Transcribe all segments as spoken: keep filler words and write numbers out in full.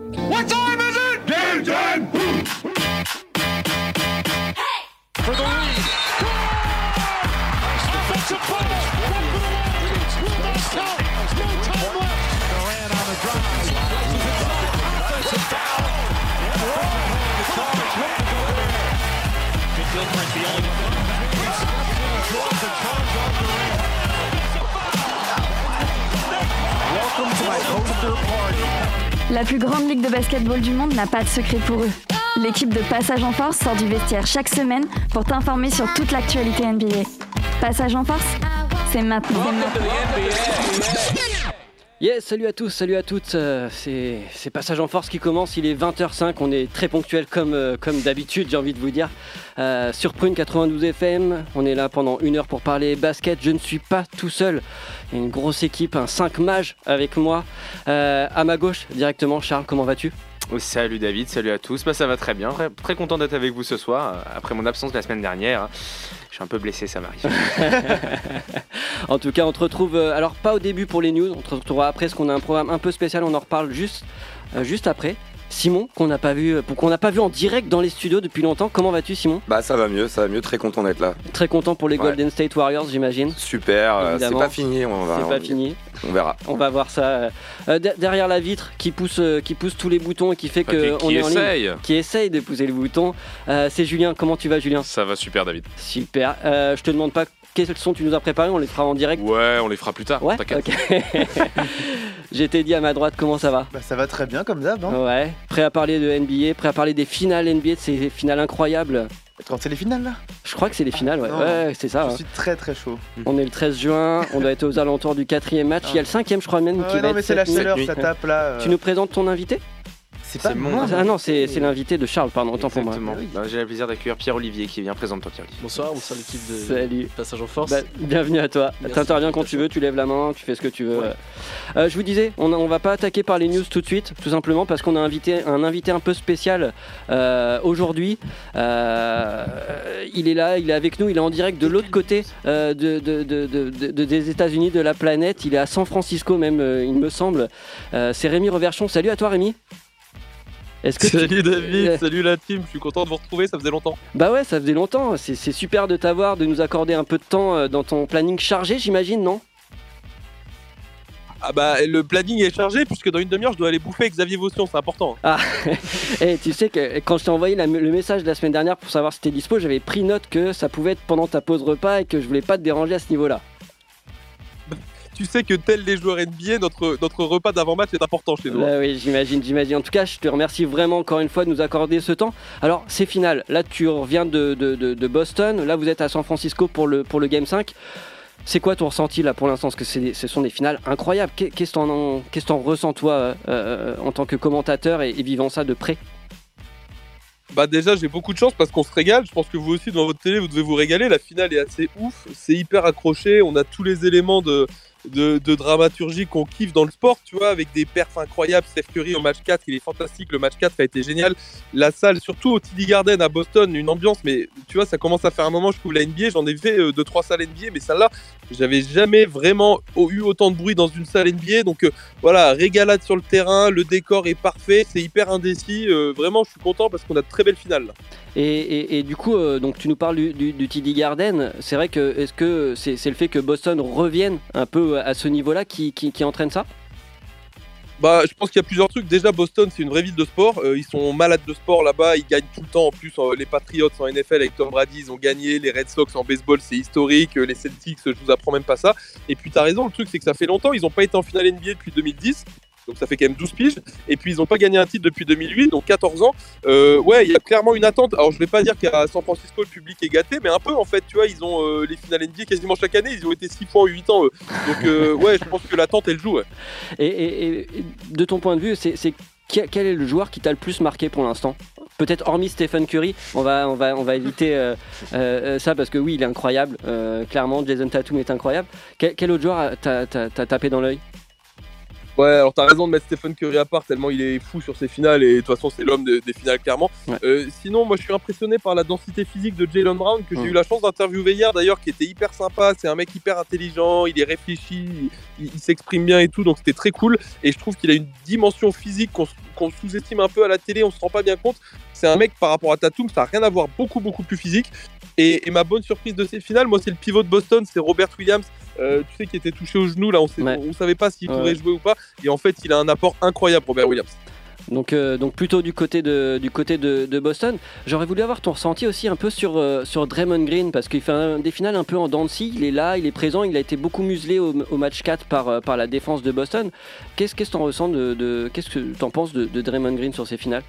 What time is it? Game time! Hey! For the lead. Offensive ball. One for the line. Will not count. No time left. Durant on the drive. Offensive foul. And Roy the charge. Ready to go there. Good Gilchrist, the only one. Draws the charge on Durant. Welcome to my poster party. La plus grande ligue de basketball du monde n'a pas de secret pour eux. L'équipe de Passage en Force sort du vestiaire chaque semaine pour t'informer sur toute l'actualité N B A. Passage en Force, c'est maintenant. C'est maintenant. Yes, salut à tous, salut à toutes, euh, c'est, c'est Passage en Force qui commence, il est vingt heures cinq, on est très ponctuel comme, euh, comme d'habitude, j'ai envie de vous dire. Euh, sur Prune quatre-vingt-douze F M, on est là pendant une heure pour parler basket, je ne suis pas tout seul, il y a une grosse équipe, un cinq mages avec moi. Euh, à ma gauche, directement, Charles, comment vas-tu ? Oh, salut David, salut à tous, bah, ça va très bien, très, très content d'être avec vous ce soir, après mon absence la semaine dernière. Hein. Je suis un peu blessé, ça m'arrive. En tout cas, on te retrouve, euh, alors pas au début pour les news, on te retrouvera après parce qu'on a un programme un peu spécial, on en reparle juste, euh, juste après. Simon, qu'on n'a pas vu, qu'on n'a pas vu en direct dans les studios depuis longtemps. Comment vas-tu, Simon ? Bah ça va mieux, ça va mieux. Très content d'être là. Très content pour les Ouais. Golden State Warriors, j'imagine. Super. euh, c'est Évidemment. pas fini. On va. C'est on, pas fini. On verra. On va voir ça euh, de- derrière la vitre qui pousse, euh, qui pousse tous les boutons et qui fait Enfin, que qui, on qui est en ligne. essaye. Qui essaye de pousser le bouton. Euh, c'est Julien. Comment tu vas, Julien ? Ça va super, David. Super. Euh, je te demande pas quels sons tu nous as préparés. On les fera en direct. Ouais, on les fera plus tard. Ouais. T'inquiète. Ok. J'étais dit à ma droite. Comment ça va ? Bah ça va très bien comme d'hab. Hein. Ouais. Prêt à parler de N B A. Prêt à parler des finales N B A, de ces finales incroyables. Quand c'est les finales là, Je crois que c'est les finales. Ouais. non. Ouais, c'est ça. je hein. suis très très chaud. On est le treize juin, on doit être aux alentours du quatrième match. Il y a le cinquième, je crois même, Ah qui ouais, va non mais être c'est la cette nuit. chaleur, nuit. ça tape là. euh, Tu nous présentes ton invité ? C'est pas C'est mon- moi. Ah non, c'est, c'est l'invité de Charles, pardon, autant pour moi. Exactement. Bah, j'ai le plaisir d'accueillir Pierre-Olivier qui vient. Présente-toi, Pierre-Olivier. Bonsoir, bonsoir l'équipe de Salut. Passage en Force. Bah, bienvenue à toi. Merci. T'interviens quand tu veux, tu lèves la main, tu fais ce que tu veux. Ouais. Euh, je vous disais, on, a- on va pas attaquer par les news tout de suite, tout simplement parce qu'on a invité, un invité un peu spécial euh, aujourd'hui. Euh, il est là, il est avec nous, il est en direct de l'autre côté euh, de, de- de- de- de- de- des États-Unis, de la planète. Il est à San Francisco même, euh, il me semble. Euh, c'est Rémi Reverchon. Salut à toi, Rémi. Est-ce que tu- Salut David, Euh, salut la team, je suis content de vous retrouver, ça faisait longtemps. Bah ouais, ça faisait longtemps. C'est, c'est super de t'avoir, de nous accorder un peu de temps euh, dans ton planning chargé, j'imagine, non ? Ah bah le planning est chargé puisque dans une demi-heure je dois aller bouffer avec Xavier Vaution, c'est important. Et tu sais que quand je t'ai envoyé la- le message de la semaine dernière pour savoir si t'es dispo, j'avais pris note que ça pouvait être pendant ta pause repas et que je voulais pas te déranger à ce niveau-là. Tu sais que tels les joueurs N B A, notre, notre repas d'avant-match est important chez nous. Là, oui, j'imagine, j'imagine. En tout cas, je te remercie vraiment encore une fois de nous accorder ce temps. Alors, c'est final. Là, tu reviens de, de, de, de Boston. Là, vous êtes à San Francisco pour le, pour le Game cinq. C'est quoi ton ressenti là pour l'instant ? Parce que c'est des- ce sont des finales incroyables. Qu'est- Qu'est-ce que t'en, qu'est-ce que t'en ressens toi euh, euh, en tant que commentateur et, et vivant ça de près ? Bah déjà j'ai beaucoup de chance parce qu'on se régale, je pense que vous aussi devant votre télé vous devez vous régaler, la finale est assez ouf, c'est hyper accroché, on a tous les éléments de, de, de dramaturgie qu'on kiffe dans le sport, tu vois, avec des perfs incroyables. Steph Curry au match quatre, il est fantastique, le match quatre a été génial, la salle, surtout au T D Garden à Boston, une ambiance, mais tu vois, ça commence à faire un moment, je trouve la N B A, j'en ai fait euh, deux trois salles N B A, mais celle-là, j'avais jamais vraiment eu autant de bruit dans une salle N B A, donc euh, voilà, régalade sur le terrain, le décor est parfait, c'est hyper indécis, euh, vraiment je suis content parce qu'on a de très belles finales là. Et, et- et du coup, euh, donc tu nous parles du, du- du T D Garden. C'est vrai que est-ce que c'est, c'est le fait que Boston revienne un peu à ce niveau-là qui, qui, qui entraîne ça ? Bah, je pense qu'il y a plusieurs trucs. Déjà, Boston, c'est une vraie ville de sport. Euh, ils sont malades de sport là-bas. Ils gagnent tout le temps. En plus, euh, les Patriots en N F L avec Tom Brady, ils ont gagné. Les Red Sox en baseball, c'est historique. Euh, les Celtics, je vous apprends même pas ça. Et puis, t'as raison. Le truc, c'est que ça fait longtemps. Ils n'ont pas été en finale N B A depuis deux mille dix. Donc, ça fait quand même douze piges. Et puis, ils n'ont pas gagné un titre depuis deux mille huit, donc quatorze ans. Euh, ouais, il y a clairement une attente. Alors, je vais pas dire qu'à San Francisco, le public est gâté, mais un peu, en fait. Tu vois, ils ont euh, les finales N B A quasiment chaque année. Ils ont été six fois en huit ans, eux. Donc, euh, ouais, je pense que l'attente, elle joue. Ouais. Et, et- et de ton point de vue, c'est, c'est quel quel est le joueur qui t'a le plus marqué pour l'instant ? Peut-être hormis Stephen Curry, on va, on va, on va éviter euh, euh, ça parce que oui, il est incroyable. Euh, clairement, Jason Tatum est incroyable. Quel, quel autre joueur a- t'a, t'a- t'a tapé dans l'œil ? Ouais, alors t'as raison de mettre Stephen Curry à part tellement il est fou sur ses finales et de toute façon c'est l'homme de- des finales clairement. Ouais. Euh, sinon moi je suis impressionné par la densité physique de Jaylen Brown que j'ai Mm. eu la chance d'interviewer hier d'ailleurs, qui était hyper sympa. C'est un mec hyper intelligent, il est réfléchi, il, il s'exprime bien et tout, donc c'était très cool. Et je trouve qu'il a une dimension physique qu'on, s- qu'on sous-estime un peu à la télé, on se rend pas bien compte. C'est un mec par rapport à Tatum, ça n'a rien à voir, beaucoup beaucoup plus physique. Et, et ma bonne surprise de ces finales, moi c'est le pivot de Boston, c'est Robert Williams. Euh, tu sais, qui était touché au genou là, on, sait, Ouais. on savait pas s'il Ouais, pourrait ouais. jouer ou pas. Et en fait, il a un apport incroyable, Robert Williams. Donc, euh, donc plutôt du côté de, du côté de, de Boston. J'aurais voulu avoir ton ressenti aussi un peu sur, euh, sur Draymond Green, parce qu'il fait un- des finales un peu en dents de scie. Il est là, il est présent, il a été beaucoup muselé au, au match quatre par, euh, par la défense de Boston. Qu'est-ce qu'est-ce que t'en ressens de, de- qu'est-ce que t'en penses de, de Draymond Green sur ces finales?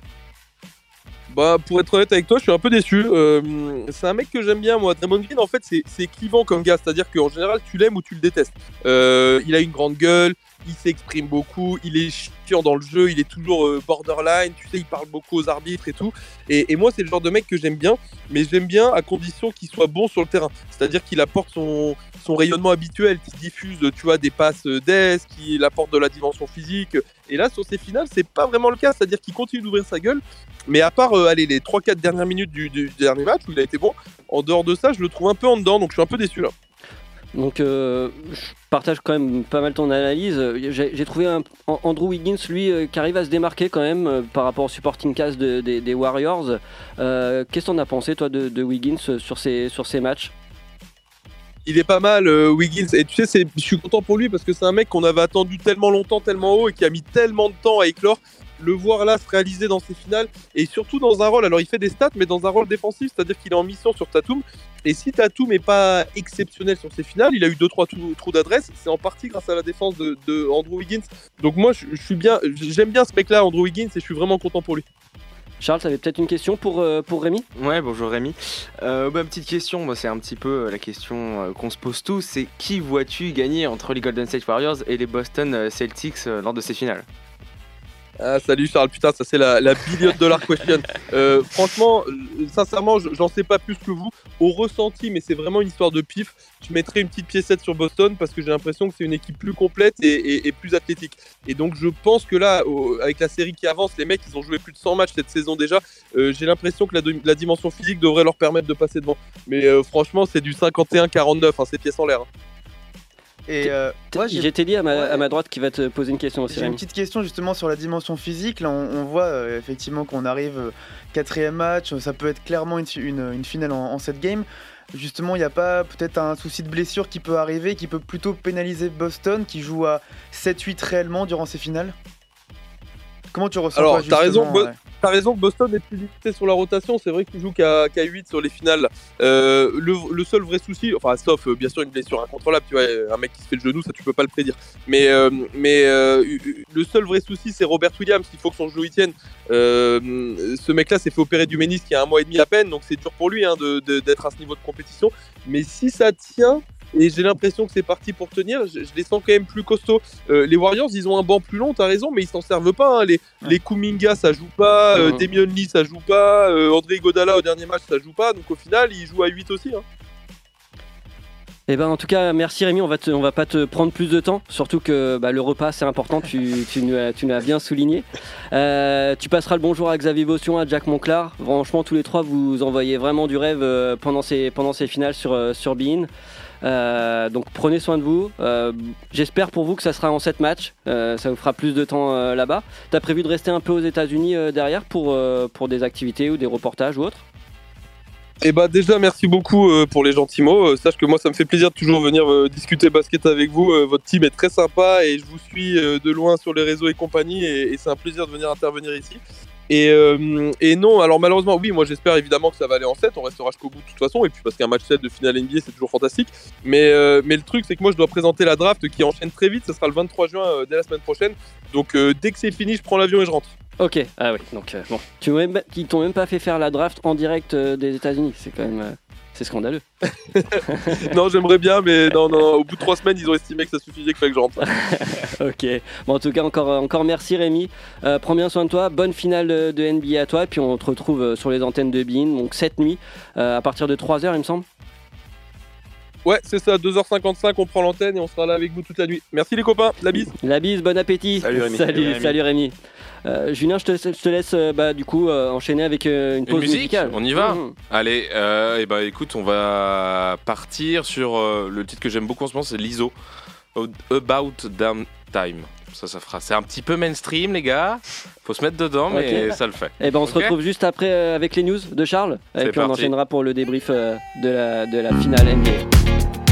Bah, pour être honnête avec toi, je suis un peu déçu. Euh, c'est un mec que j'aime bien, moi. Draymond Green, en fait, c'est, c'est clivant comme gars. C'est-à-dire qu'en général, tu l'aimes ou tu le détestes. Euh, il a une grande gueule, il s'exprime beaucoup, il est chiant dans le jeu, il est toujours euh, borderline. Tu sais, il parle beaucoup aux arbitres et tout. Et, et moi, c'est le genre de mec que j'aime bien, mais j'aime bien à condition qu'il soit bon sur le terrain. C'est-à-dire qu'il apporte son, son rayonnement habituel, qu'il diffuse, tu vois, des passes d'aise, qu'il apporte de la dimension physique. Et là, sur ces finales, c'est pas vraiment le cas. C'est-à-dire qu'il continue d'ouvrir sa gueule. Mais à part euh, allez, les trois quatre dernières minutes du, du dernier match où il a été bon, en dehors de ça, je le trouve un peu en dedans, donc je suis un peu déçu là. Donc euh, je partage quand même pas mal ton analyse. J'ai, j'ai trouvé un, Andrew Wiggins, lui, euh, qui arrive à se démarquer quand même euh, par rapport au supporting cast de- des- des Warriors. Euh, qu'est-ce que t'en as pensé, toi, de, de Wiggins euh, sur ces, sur ces matchs? Il est pas mal, euh, Wiggins, et tu sais, c'est, je suis content pour lui parce que c'est un mec qu'on avait attendu tellement longtemps, tellement haut et qui a mis tellement de temps à éclore. Le voir là se réaliser dans ses finales et surtout dans un rôle, alors il fait des stats, mais dans un rôle défensif, c'est-à-dire qu'il est en mission sur Tatum. Et si Tatum n'est pas exceptionnel sur ses finales, il a eu deux trois trous, trous d'adresse, c'est en partie grâce à la défense de, de Andrew Wiggins. Donc moi, je, je suis bien, j'aime bien ce mec-là, Andrew Wiggins, et je suis vraiment content pour lui. Charles, t'avais peut-être une question pour, euh, pour Rémi? Ouais, bonjour Rémi. Euh, bah, petite question, moi, c'est un petit peu euh, la question euh, qu'on se pose tous, c'est qui vois-tu gagner entre les Golden State Warriors et les Boston euh, Celtics euh, lors de ces finales? Ah, salut Charles, putain, ça c'est la, la billion dollar question. Euh, franchement, euh, sincèrement, je- j'en sais pas plus que vous. Au ressenti, mais c'est vraiment une histoire de pif. Je mettrais une petite piécette sur Boston parce que j'ai l'impression que c'est une équipe plus complète et, et- et plus athlétique. Et donc je pense que là, au- avec la série qui avance, les mecs, ils ont joué plus de cent matchs cette saison déjà. Euh, j'ai l'impression que la, de- la dimension physique devrait leur permettre de passer devant. Mais euh, franchement, c'est du cinquante et un quarante-neuf, hein, c'est pièce en l'air. hein. Et euh, moi, j'ai J'ai Teddy à ma, Ouais. à ma droite qui va te poser une question aussi, j'ai une Rémi. petite question justement sur la dimension physique. Là, on, on voit euh, effectivement qu'on arrive euh, quatrième match. Ça peut être clairement une, fi- une, une finale en, en sept games. Justement, il n'y a pas peut-être un souci de blessure qui peut arriver, qui peut plutôt pénaliser Boston, qui joue à sept huit réellement durant ces finales. Comment tu ressens Alors, toi, t'as raison, justement, Bo- ouais. T'as raison que Boston est plus limité sur la rotation, c'est vrai qu'il joue qu'à qu'à huit sur les finales. Euh, le, le seul vrai souci, enfin sauf euh, bien sûr une blessure incontrôlable, tu vois, un mec qui se fait le genou, ça tu peux pas le prédire. Mais, euh, mais euh, le seul vrai souci c'est Robert Williams, il faut que son genou y tienne. Euh, ce mec-là s'est fait opérer du ménisque il y a un mois et demi à peine, donc c'est dur pour lui hein, de- de- d'être à ce niveau de compétition. Mais si ça tient, et j'ai l'impression que c'est parti pour tenir, je, je les sens quand même plus costauds. Euh, les Warriors, ils ont un banc plus long, t'as raison, mais ils s'en servent pas. hein. Les, Ouais. les Kuminga, ça joue pas. Euh, Mhm. Damian Lee, ça joue pas. Euh, André Godala, au dernier match, ça joue pas. Donc au final, ils jouent à huit aussi. hein. Eh ben, en tout cas, merci Rémi, on va, te, on va pas te prendre plus de temps, surtout que bah, le repas c'est important, tu, tu, nous as- tu nous l'as bien souligné. Euh, tu passeras le bonjour à Xavier Botion, à Jack Monclar. Franchement, tous les trois, vous envoyez vraiment du rêve euh, pendant, ces, pendant ces finales sur, euh, sur Bein. Euh, donc prenez soin de vous. Euh, J'espère pour vous que ça sera en sept matchs, euh, ça vous fera plus de temps euh, là-bas. T'as prévu de rester un peu aux États-Unis euh, derrière pour, euh, pour des activités ou des reportages ou autres? Et bah déjà, merci beaucoup euh, pour les gentils mots. Euh, sache que moi, ça me fait plaisir de toujours venir euh, discuter basket avec vous. Euh, votre team est très sympa et je vous suis euh, de loin sur les réseaux et compagnie. Et, et c'est un plaisir de venir intervenir ici. Et, euh, et non, alors malheureusement, oui, moi j'espère évidemment que ça va aller en sept. On restera jusqu'au bout de toute façon. Et puis parce qu'un match sept de finale N B A, c'est toujours fantastique. Mais, euh, mais le truc, c'est que moi, je dois présenter la draft qui enchaîne très vite. Ça sera le vingt-trois juin euh, dès la semaine prochaine. Donc euh, dès que c'est fini, je prends l'avion et je rentre. Ok, ah oui, donc euh, bon. Tu m'as même, ils t'ont même pas fait faire la draft en direct euh, des États-Unis, c'est quand même. euh, c'est scandaleux. Non, j'aimerais bien, mais non, non, au bout de trois semaines, ils ont estimé que ça suffisait qu'il fallait que je rentre. Ok. Bon, en tout cas, encore, encore merci Rémi. Euh, prends bien soin de toi. Bonne finale euh, de N B A à toi. Et puis on te retrouve euh, sur les antennes de Bein. Donc cette nuit, euh, à partir de trois heures, il me semble. Ouais, c'est ça, deux heures cinquante-cinq, on prend l'antenne et on sera là avec vous toute la nuit. Merci les copains, la bise. La bise, bon appétit. Salut Rémi. Salut, Salut, Rémi. salut Rémi. Euh, Julien, je te, je te laisse euh, bah, du coup euh, enchaîner avec euh, une pause Une musique, musicale. on y va. Mmh. Allez, euh, et bah écoute, on va partir sur euh, le titre que j'aime beaucoup en ce moment, c'est L I S O, About Damn Time. Ça, ça fera. C'est un petit peu mainstream, les gars. Faut se mettre dedans, mais Ok. ça le fait. Et ben on se Ok. retrouve juste après euh, avec les news de Charles. Et C'est puis on parti. enchaînera pour le débrief euh, de, la, de la finale N B A.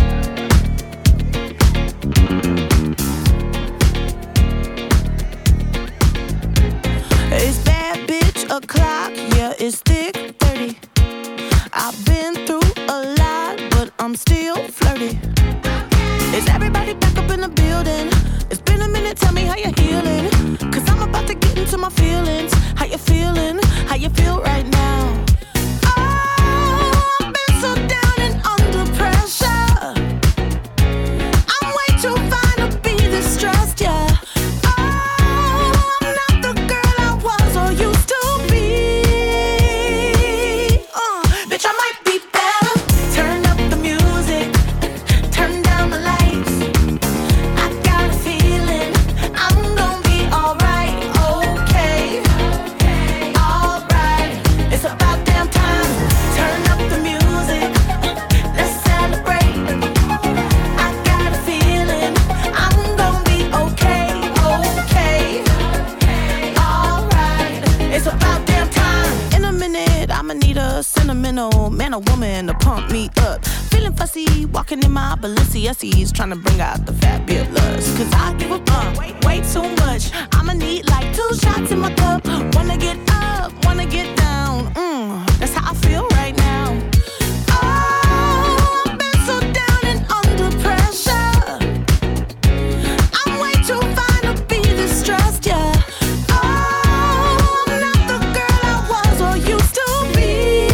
It's bad bitch o'clock, yeah, it's thick thirty. I've been through a lot, but I'm still flirty. Is everybody back up in the building? It's been a minute, tell me how you're healing. Cause I'm about to get into my feelings. How you feeling? How you feel right now? Oh, I've been so down and under pressure. I'm way too fine to be this stressed, yeah. Oh, I'm not the girl I was or used to be. Uh, bitch, I might be better. Turn up the music, turn down the lights. I got a feeling I'm gonna be alright, okay, alright. It's about damn time. Turn up the music, let's celebrate. I got a feeling I'm gonna be okay, okay, alright. It's about damn time. In a minute, I'ma need a sentimental man or woman to pump me up. Feeling fussy, walking in my Balenciennes, trying to bring out the fabulous. Cause I give a fuck way, way too much. I'ma need like two shots in my cup. Wanna get up, wanna get down. Mm, that's how I feel right now. Oh, I've been so down and under pressure. I'm way too fine to be this stressed, yeah. Oh, I'm not the girl I was or used to be.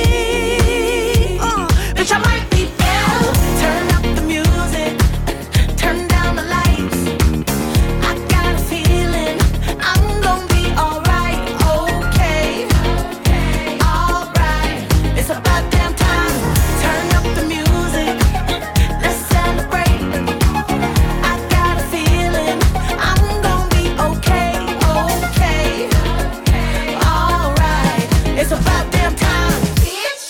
Uh, bitch, I might be better. Turn up the music, turn down the lights. I got a feeling I'm gonna be alright, okay, alright. It's about damn time. Turn up the music, let's celebrate. I got a feeling I'm gonna be okay, okay, alright. It's about damn time, bitch.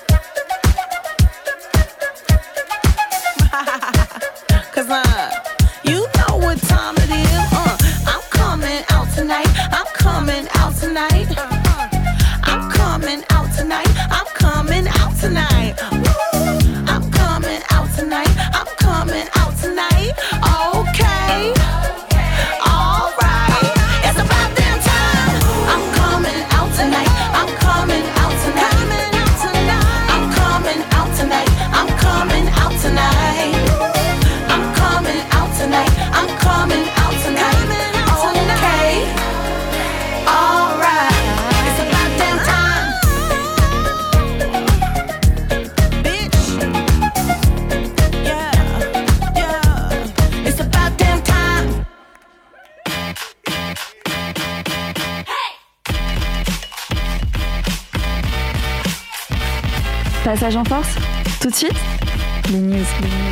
Cause uh, you know what time it is. Uh, I'm coming out tonight. I'm coming out tonight. I'm coming out tonight. I'm coming out tonight. Woo. I'm coming out tonight. I'm coming out tonight. Okay. Alright. It's about damn time. I'm coming out tonight. I'm coming out tonight. I'm coming out tonight. I'm coming out tonight. I'm coming out tonight. I'm coming out tonight. Okay. Alright. It's about damn time. Bitch. Yeah. Yeah. It's about damn time. Passage en force, tout de suite, les news. Les news.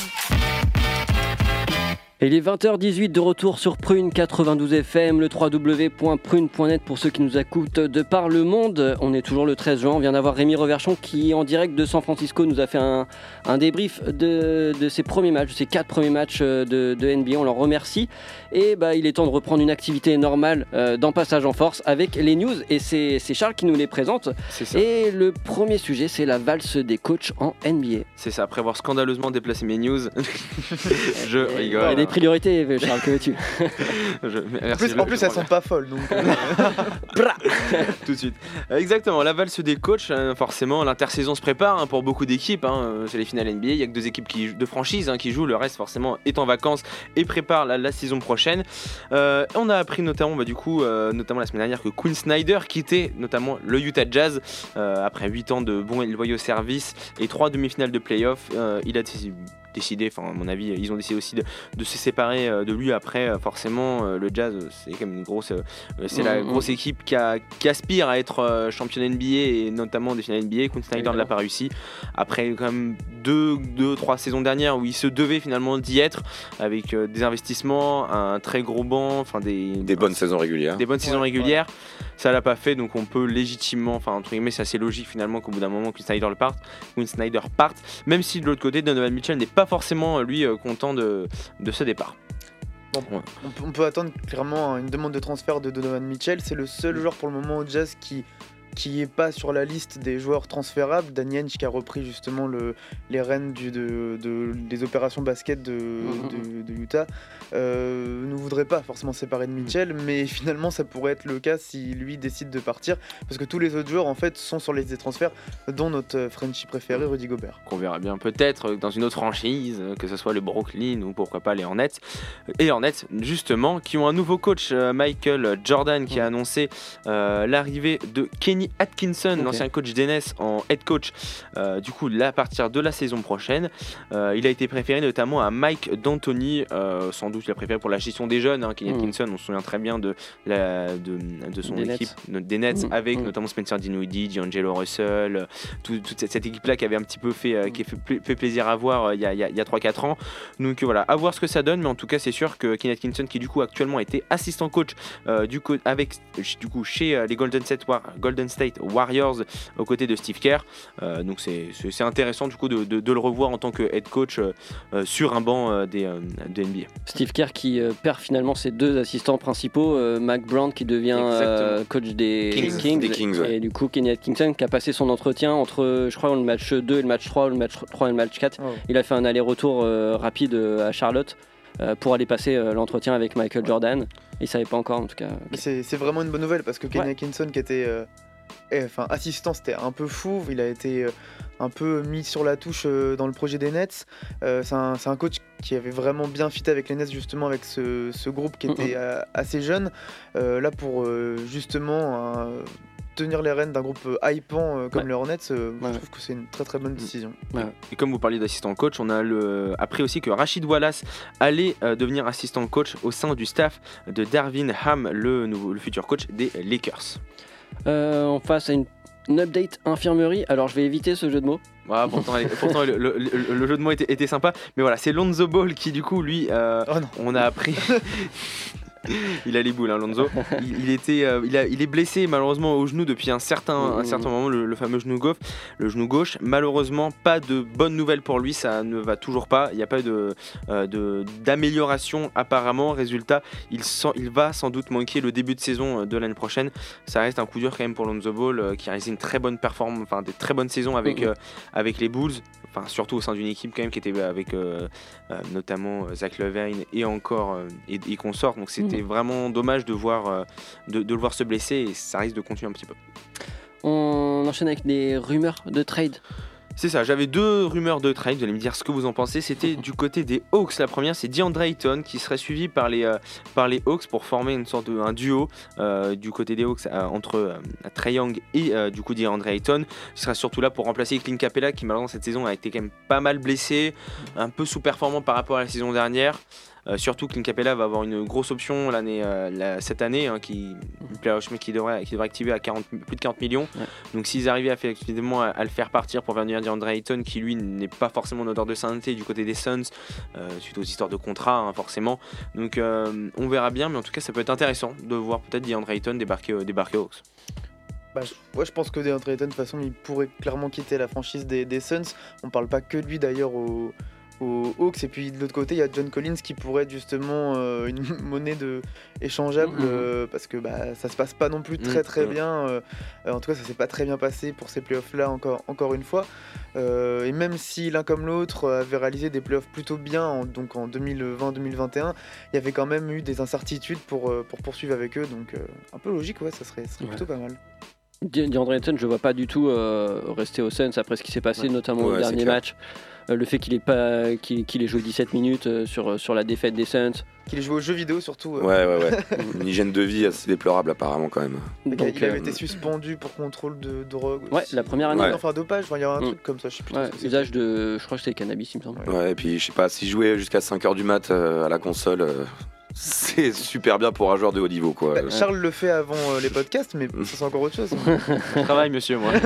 Et il est vingt heures dix-huit de retour sur Prune quatre-vingt-douze F M, le w w w point prune point net pour ceux qui nous écoutent de par le monde. On est toujours le treize juin, on vient d'avoir Rémi Reverchon qui en direct de San Francisco nous a fait un, un débrief de, de ses premiers matchs, de ses quatre premiers matchs de, de N B A, on leur remercie. Et bah, il est temps de reprendre une activité normale euh, dans Passage en Force avec les news et c'est, c'est Charles qui nous les présente. C'est ça. Et le premier sujet c'est la valse des coachs en N B A. C'est ça, après avoir scandaleusement déplacé mes news. Je Il y a rigole. des priorités Charles, que veux-tu? Je- En merci, plus, je- en plus je elles prends sont pas folles. Donc, euh, tout de suite. Euh, Exactement, la valse des coachs, hein, forcément, l'intersaison se prépare hein, pour beaucoup d'équipes. Hein, euh, c'est les finales N B A, il y a que deux équipes qui, de franchise hein, qui jouent, le reste forcément est en vacances et prépare la, la saison prochaine. Euh, on a appris notamment, bah, du coup, euh, notamment la semaine dernière, que Quinn Snyder quittait notamment le Utah Jazz euh, après huit ans de bons et loyaux services et trois demi-finales de playoffs. Euh, il a décidé, enfin à mon avis, ils ont décidé aussi de, de se séparer de lui après. Forcément, le Jazz, c'est quand même une grosse, c'est mmh, la grosse mmh. équipe qui, a, qui aspire à être championne N B A et notamment des finales N B A. Quinn Snyder ne l'a pas réussi. Après quand même deux, deux, trois saisons dernières où il se devait finalement d'y être avec des investissements, un très gros banc, enfin des, des bonnes saisons régulières. Des bonnes ouais, saisons régulières. Ouais. Ça l'a pas fait, donc on peut légitimement, enfin entre guillemets, c'est assez logique finalement qu'au bout d'un moment Quinn Snyder le parte, Quinn Snyder parte, même si de l'autre côté Donovan Mitchell n'est pas forcément lui content de, de ce départ. Bon, ouais. on, peut, on peut attendre clairement une demande de transfert de Donovan Mitchell. C'est le seul joueur pour le moment au Jazz qui qui n'est pas sur la liste des joueurs transférables. Danny Ainge qui a repris justement le, les rênes du, de, de, des opérations basket de, mm-hmm. de, de Utah euh, ne voudrait pas forcément séparer de Mitchell, mais finalement ça pourrait être le cas si lui décide de partir, parce que tous les autres joueurs en fait sont sur les listes des transferts, dont notre Frenchie préféré Rudy Gobert. Qu'on verra bien peut-être dans une autre franchise, que ce soit le Brooklyn ou pourquoi pas les Hornets. Et Hornets justement qui ont un nouveau coach, Michael Jordan, qui a annoncé euh, l'arrivée de Kenny Atkinson, okay. l'ancien coach d'Ennis, en head coach euh, du coup là, à partir de la saison prochaine. Euh, il a été préféré notamment à Mike D'Antoni, euh, sans doute il a préféré pour la gestion des jeunes, hein, Kenny mm. Atkinson, on se souvient très bien de, la, de, de son des équipe Nets. des Nets mm. avec mm. notamment Spencer Dinwiddie, D'Angelo Russell, tout, toute cette, cette équipe là qui avait un petit peu fait, euh, qui a fait, fait plaisir à voir euh, il y a, y a trois quatre ans. Donc euh, voilà, à voir ce que ça donne, mais en tout cas c'est sûr que Kenny Atkinson, qui du coup actuellement était assistant coach euh, du coup, avec, du coup chez euh, les Golden State, War, Golden State Warriors aux côtés de Steve Kerr, euh, donc c'est, c'est, c'est intéressant du coup de, de, de le revoir en tant que head coach euh, sur un banc euh, des, euh, de N B A. Steve Kerr qui euh, perd finalement ses deux assistants principaux, euh, Mac Brown qui devient euh, coach des Kings, Kings, des Kings ouais. et du coup Kenny Atkinson qui a passé son entretien entre je crois le match deux et le match trois, ou le match trois et le match quatre. Oh. Il a fait un aller-retour euh, rapide euh, à Charlotte euh, pour aller passer euh, l'entretien avec Michael ouais. Jordan. Il savait pas encore en tout cas. C'est, c'est vraiment une bonne nouvelle parce que Kenny ouais. Atkinson qui était euh... Et, enfin, assistant, c'était un peu fou. Il a été euh, un peu mis sur la touche euh, dans le projet des Nets. Euh, c'est, un, c'est un coach qui avait vraiment bien fité avec les Nets, justement, avec ce, ce groupe qui était euh, assez jeune. Euh, là, pour euh, justement euh, tenir les rênes d'un groupe hypant euh, comme ouais. les Hornets, euh, ouais. je trouve que c'est une très très bonne décision. Ouais. Et comme vous parliez d'assistant coach, on a le... appris aussi que Rashid Wallace allait euh, devenir assistant coach au sein du staff de Darvin Ham, le, nouveau, le futur coach des Lakers. Euh, on passe à une, une update infirmerie. Alors je vais éviter ce jeu de mots. Ouais, pourtant, pourtant le, le, le, le jeu de mots était, était sympa. Mais voilà, c'est Lonzo Ball qui du coup lui, euh, oh on a appris. Il a les boules, hein, Lonzo. Il, il, était, euh, il, a, il est blessé malheureusement au genou depuis un certain, mmh. un certain moment, le, le fameux genou gauche, le genou gauche. Malheureusement, pas de bonnes nouvelles pour lui, ça ne va toujours pas. Il n'y a pas de, euh, de, d'amélioration apparemment. Résultat, il, sent, il va sans doute manquer le début de saison de l'année prochaine. Ça reste un coup dur quand même pour Lonzo Ball, euh, qui a réalisé une très bonne performance, enfin des très bonnes saisons avec, mmh. euh, avec les Bulls. Enfin, surtout au sein d'une équipe quand même qui était avec euh, euh, notamment Zach LaVine et encore euh, et, et consorts. Donc c'était mmh. vraiment dommage de voir euh, de, de le voir se blesser et ça risque de continuer un petit peu. On enchaîne avec des rumeurs de trade. C'est ça, j'avais deux rumeurs de trade, vous allez me dire ce que vous en pensez. C'était du côté des Hawks. La première, c'est DeAndre Ayton qui serait suivi par les, euh, par les Hawks pour former une sorte de un duo euh, du côté des Hawks euh, entre euh, Trae Young et euh, du coup DeAndre Ayton. Il sera surtout là pour remplacer Clint Capella qui malheureusement cette saison a été quand même pas mal blessé, un peu sous-performant par rapport à la saison dernière. Euh, surtout Clint Capella va avoir une grosse option l'année, euh, la, cette année hein, qui, qui, devrait, qui devrait activer à quarante, plus de quarante millions. Ouais. Donc s'ils arrivaient à, effectivement à, à le faire partir pour venir DeAndre Ayton, qui lui n'est pas forcément en odeur de sainteté du côté des Suns, euh, suite aux histoires de contrat hein, forcément. Donc euh, on verra bien, mais en tout cas ça peut être intéressant de voir peut-être DeAndre Ayton débarquer, euh, débarquer aux Hawks. Bah, je, ouais, je pense que DeAndre Ayton de toute façon il pourrait clairement quitter la franchise des, des Suns. On parle pas que de lui d'ailleurs au aux Hawks, et puis de l'autre côté il y a John Collins qui pourrait être justement euh, une monnaie de échangeable mmh. euh, parce que bah, ça se passe pas non plus très très mmh. bien euh, en tout cas ça s'est pas très bien passé pour ces playoffs là encore, encore une fois euh, et même si l'un comme l'autre avait réalisé des playoffs plutôt bien en, donc en deux mille vingt deux mille vingt et un il y avait quand même eu des incertitudes pour, pour poursuivre avec eux donc euh, un peu logique ouais ça serait, ça serait ouais. plutôt pas mal. DeAndre Ayton, je vois pas du tout euh, rester au Suns après ce qui s'est passé, Ouais. notamment Ouais, au dernier c'est clair. match. Euh, le fait qu'il ait pas, qu'il, qu'il ait joué dix-sept minutes euh, sur sur la défaite des Suns. Qu'il ait joué aux jeux vidéo surtout. euh, Ouais, ouais, ouais. Une hygiène de vie assez déplorable apparemment quand même. il Donc, avait euh, été suspendu pour contrôle de drogue. Ouais, aussi. la première année. Ouais. Enfin, dopage, enfin, il y a un Mm. truc comme ça, je sais plus. trop ouais, ce que c'est. usage de, je crois que c'était cannabis, il me semble. Ouais, et puis je sais pas, si jouer jusqu'à cinq heures du mat euh, à la console, euh, c'est super bien pour un joueur de haut niveau quoi. Bah, Charles le fait avant euh, les podcasts, mais ça c'est encore autre chose. Je travaille, monsieur, moi.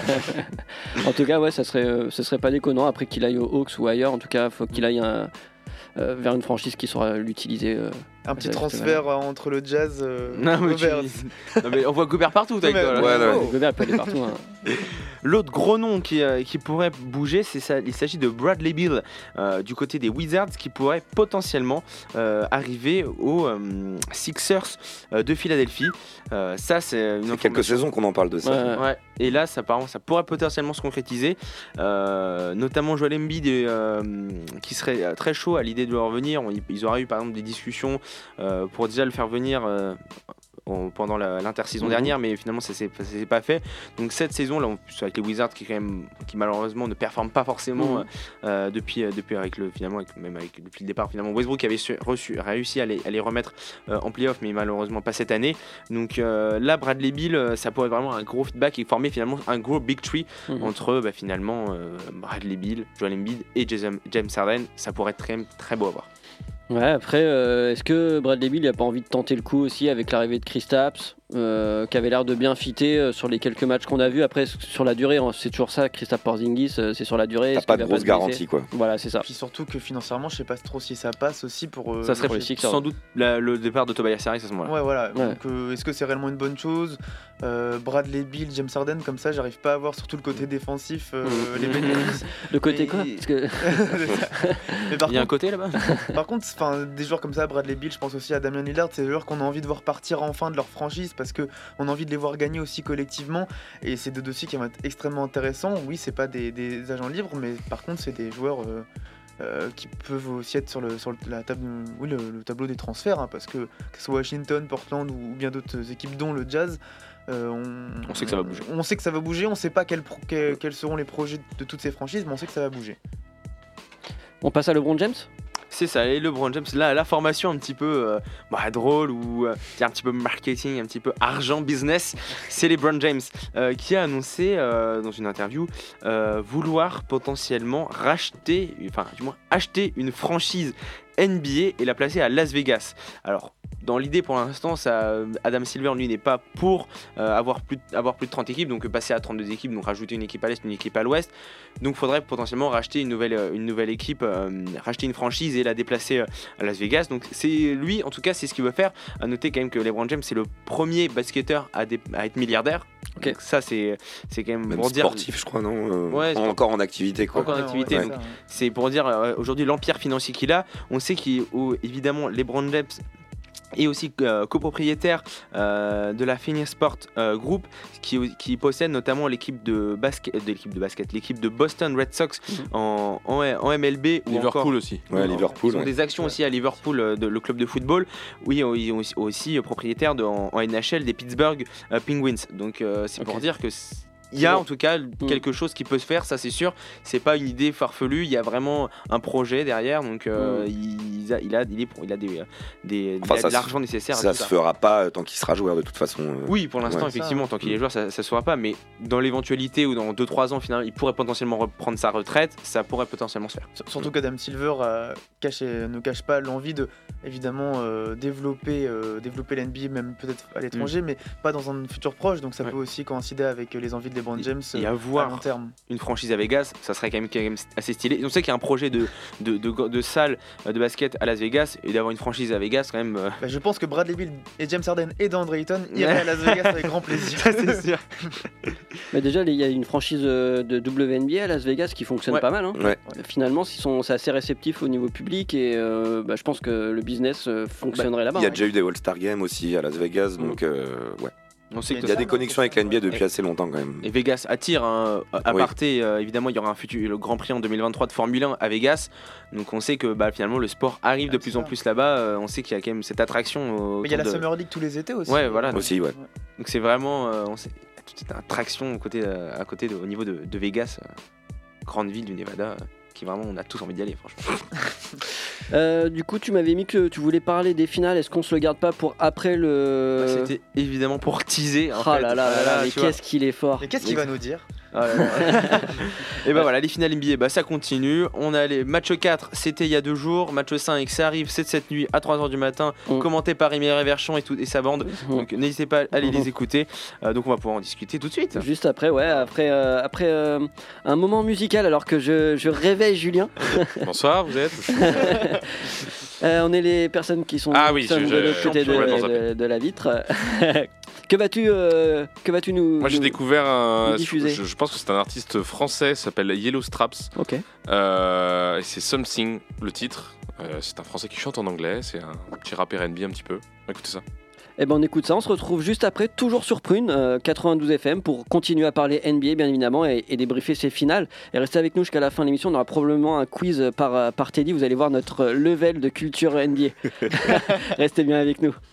En tout cas, ouais, ça serait, euh, ce serait pas déconnant après qu'il aille aux Hawks ou ailleurs. En tout cas, faut qu'il aille un- euh, vers une franchise qui saura l'utiliser. euh, Un petit Ça, je te transfert euh, entre le Jazz euh, Non, mais, tu- Gobert. non, mais on voit Gobert partout avec Non, toi. mais- là. Ouais, ouais. Oh. Gobert peut aller partout. hein. L'autre gros nom qui, euh, qui pourrait bouger, c'est ça, il s'agit de Bradley Beal euh, du côté des Wizards qui pourrait potentiellement euh, arriver aux euh, Sixers euh, de Philadelphie. Euh, ça, c'est une C'est quelques information- saisons qu'on en parle de ça. Ouais. Ouais, et là, ça, par- ça pourrait potentiellement se concrétiser, euh, notamment Joel Embiid euh, qui serait euh, très chaud à l'idée de le revenir. On- Ils auraient eu par exemple des discussions euh, pour déjà le faire venir euh, en- pendant la- l'intersaison Mhm. dernière, mais finalement ça s'est ça s'est pas fait. Donc cette saison là, en plus, avec les Wizards qui quand même, qui malheureusement ne performent pas forcément Mhm. euh, depuis euh, depuis avec le finalement avec, même avec depuis le départ finalement Westbrook avait su- reçu, réussi à les, à les remettre euh, en playoff, mais malheureusement pas cette année. Donc euh, là, Bradley Beal, euh, ça pourrait être vraiment un gros feedback et former finalement un gros big tree Mhm. entre bah, finalement euh, Bradley Beal, Joel Embiid et Jason- James Harden. Ça pourrait être très, très beau à voir. Ouais, après, euh, est-ce que Bradley Beal n'a pas envie de tenter le coup aussi avec l'arrivée de Kristaps, euh, qui avait l'air de bien fitter euh, sur les quelques matchs qu'on a vus. Après, sur la durée, hein, c'est toujours ça, Kristaps Porzingis, euh, c'est sur la durée. T'as est-ce pas qu'il de va grosse se blesser garantie quoi. Voilà, c'est ça. Puis surtout que financièrement, je sais pas trop si ça passe aussi pour. euh, Ça serait pour les Sixers. sans doute la- le départ de Tobias Harris à ce moment-là. Ouais, voilà. Ouais. Donc, euh, est-ce que c'est réellement une bonne chose Euh, Bradley Beal, James Harden, comme ça, j'arrive pas à voir surtout le côté défensif, euh, Mhm. les bénéfices. Le côté Mais- quoi Parce que... Mais par Il y a un contre, côté là-bas. par contre, enfin, des joueurs comme ça, Bradley Beal, je pense aussi à Damian Lillard, c'est des joueurs qu'on a envie de voir partir enfin de leur franchise parce que on a envie de les voir gagner aussi collectivement. Et c'est deux dossiers qui vont être extrêmement intéressants. Oui, c'est pas des, des agents libres, mais par contre, c'est des joueurs. Euh, euh, qui peuvent aussi être sur le, sur le- la table, oui, le, le tableau des transferts, hein, parce que que ce soit Washington, Portland ou, ou bien d'autres équipes, dont le Jazz, euh, on, On sait que ça va bouger. On sait que ça va bouger. On sait pas quel pro- quel- quels seront les projets de toutes ces franchises, mais on sait que ça va bouger. On passe à LeBron James. C'est ça, et LeBron James, là, la formation un petit peu euh, bah, drôle ou euh, qui est un petit peu marketing, un petit peu argent, business, c'est LeBron James euh, qui a annoncé euh, dans une interview euh, vouloir potentiellement racheter, enfin du moins acheter une franchise N B A et la placer à Las Vegas. Alors, dans l'idée pour l'instant, ça, Adam Silver lui n'est pas pour euh, avoir, plus, de- avoir plus de trente équipes, donc passer à trente-deux équipes, donc rajouter une équipe à l'Est, une équipe à l'Ouest. Donc il faudrait potentiellement racheter une nouvelle, euh, une nouvelle équipe, euh, racheter une franchise et la déplacer euh, à Las Vegas. Donc c'est lui, en tout cas, c'est ce qu'il veut faire. À noter quand même que LeBron James, c'est le premier basketteur à, dé- à être milliardaire. Ok. Donc ça, c'est, c'est quand même Même pour dire... sportif, je crois, non euh, Ouais, sport- encore en activité quoi. Encore en activité, Ouais, donc ça, ouais. c'est pour dire euh, aujourd'hui l'empire financier qu'il a. On sait qu'évidemment LeBron James est aussi euh, copropriétaire euh, de la Phoenix Sport euh, Group qui, qui possède notamment l'équipe de basket, de l'équipe de basket, l'équipe de Boston Red Sox Mhm. en, en, en M L B ou Liverpool encore aussi. Ouais, ils ont- Liverpool. Ils ont ouais. des actions aussi à Liverpool, euh, de- le club de football. Oui, euh, ils sont aussi, aussi, euh, propriétaires de, en, en N H L des Pittsburgh euh, Penguins. Donc euh, c'est pour Ok. dire que c- il y a C'est bon. en tout cas quelque chose qui peut se faire, ça c'est sûr. C'est pas une idée farfelue, il y a vraiment un projet derrière. Donc euh, Mm. il, a, il, a, il, est, il a des, des, Enfin, il a ça de se- l'argent nécessaire. à Ça tout se fera pas tant qu'il sera joueur de toute façon. euh. Oui, pour l'instant, Ouais. effectivement, tant qu'il est Mm. joueur, ça ne se fera pas. Mais dans l'éventualité où dans deux trois ans, finalement, il pourrait potentiellement reprendre sa retraite, ça pourrait potentiellement se faire. Sur- Surtout qu'Adam Silver euh, cache et- ne cache pas l'envie de évidemment euh, développer, euh, développer l'N B A, même peut-être à l'étranger, mais pas dans un futur proche. Donc ça Ouais. peut aussi coïncider avec les envies de LeBron James Et euh, à à long voir terme. une franchise à Vegas, ça serait quand même, quand même assez stylé. Et on sait qu'il y a un projet de, de, de, de salle euh, de basket à Las Vegas, et d'avoir une franchise à Vegas, quand même, euh, Bah, je pense que Bradley Beal et James Harden et DeAndre Ayton iraient à Las Vegas avec grand plaisir. ça c'est sûr. Mais déjà, il y a une franchise euh, de W N B A à Las Vegas qui fonctionne Ouais. pas mal. hein. Ouais. Finalement, ils sont, c'est assez réceptif au niveau public et euh, bah, je pense que le business euh, fonctionnerait là-bas. Il y a ouais. déjà eu des All-Star Games aussi à Las Vegas, donc euh, ouais. On sait Il que Il y a ça, des non, connexions avec la N B A depuis Et- assez longtemps quand même. Et Vegas attire, hein. à Oui. parté, euh, évidemment, il y aura un futur, le Grand Prix en deux mille vingt-trois de Formule un à Vegas. Donc on sait que bah, finalement le sport arrive de Ah, plus c'est en ça. plus là-bas. Euh, on sait qu'il y a quand même cette attraction. euh, Mais il y a la autour de- Summer League tous les étés aussi. Ouais, voilà. Aussi, ouais. Donc c'est vraiment, euh, on sait, toute cette attraction à côté, à côté de, au niveau de, de Vegas, euh, grande ville du Nevada, euh, qui vraiment, on a tous envie d'y aller, franchement. Euh, du coup, tu m'avais mis que tu voulais parler des finales. Est-ce qu'on se le garde pas pour après le. Bah, c'était évidemment pour teaser. En oh fait. là là, Ah, là, là mais tu vois. qu'est-ce qu'il est fort. Et qu'est-ce qu'il va nous dire? Ah là là. Et bah voilà, les finales N B A, bah ça continue. On a les match quatre, c'était il y a deux jours. Match cinq, ça arrive, c'est cette nuit à trois heures du matin, Mm. commenté par Émile Réverchon et, tout, et sa bande. Mm. Donc n'hésitez pas à aller Mm. les écouter. Euh, donc on va pouvoir en discuter tout de suite. Juste après, ouais, après, euh, après euh, un moment musical, alors que je, je réveille Julien. Bonsoir, vous êtes Euh, on est les personnes qui sont, Ah oui, qui sont je- de je- l'autre côté de, complètement de- zappé. de la vitre. que vas-tu, euh, que vas-tu nous Moi j'ai nous- découvert un. nous diffuser. Je, je pense que c'est un artiste français, il s'appelle Yellow Straps. Ok. Euh, et c'est Something, le titre. Euh, c'est un français qui chante en anglais, c'est un petit rappeur N B A un petit peu. Écoutez ça. Eh ben on écoute ça, on se retrouve juste après, toujours sur Prune, euh, quatre-vingt-douze F M, pour continuer à parler N B A bien évidemment et, et débriefer ses finales. Et restez avec nous jusqu'à la fin de l'émission, on aura probablement un quiz par, par Teddy, vous allez voir notre level de culture N B A. Restez bien avec nous.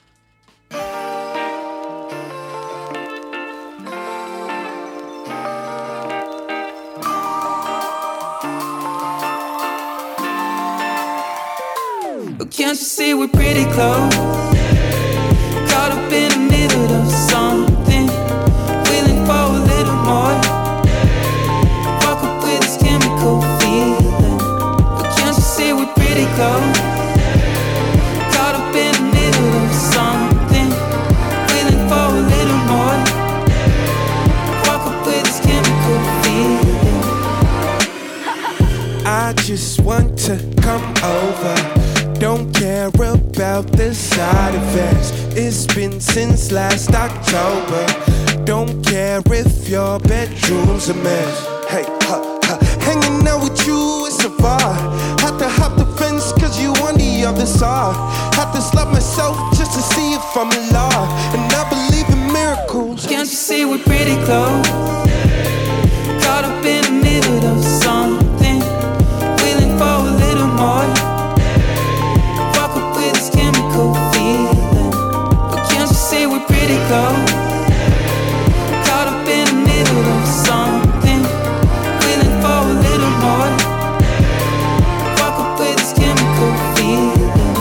But can't you see we're pretty close? Caught up in the middle of something, willing for a little more. Walk up with this chemical feeling. But can't you see we're pretty close? Caught up in the middle of something, willing for a little more. Walk up with this chemical feeling. I just want to come over. Don't care about the side effects. It's been since last October. Don't care if your bedroom's a mess. Hey, ha, ha. Hanging out with you is a vibe. Had to hop the fence cause you on the other side. Had to slap myself just to see if I'm alive. And I believe in miracles. Can't you see we're pretty close? Caught up in the middle of something, willing for a little more. Walk up with this chemical feeling. But can't you see we're pretty close? Caught up in the middle of something, willing for a little more. Walk up with this chemical feeling.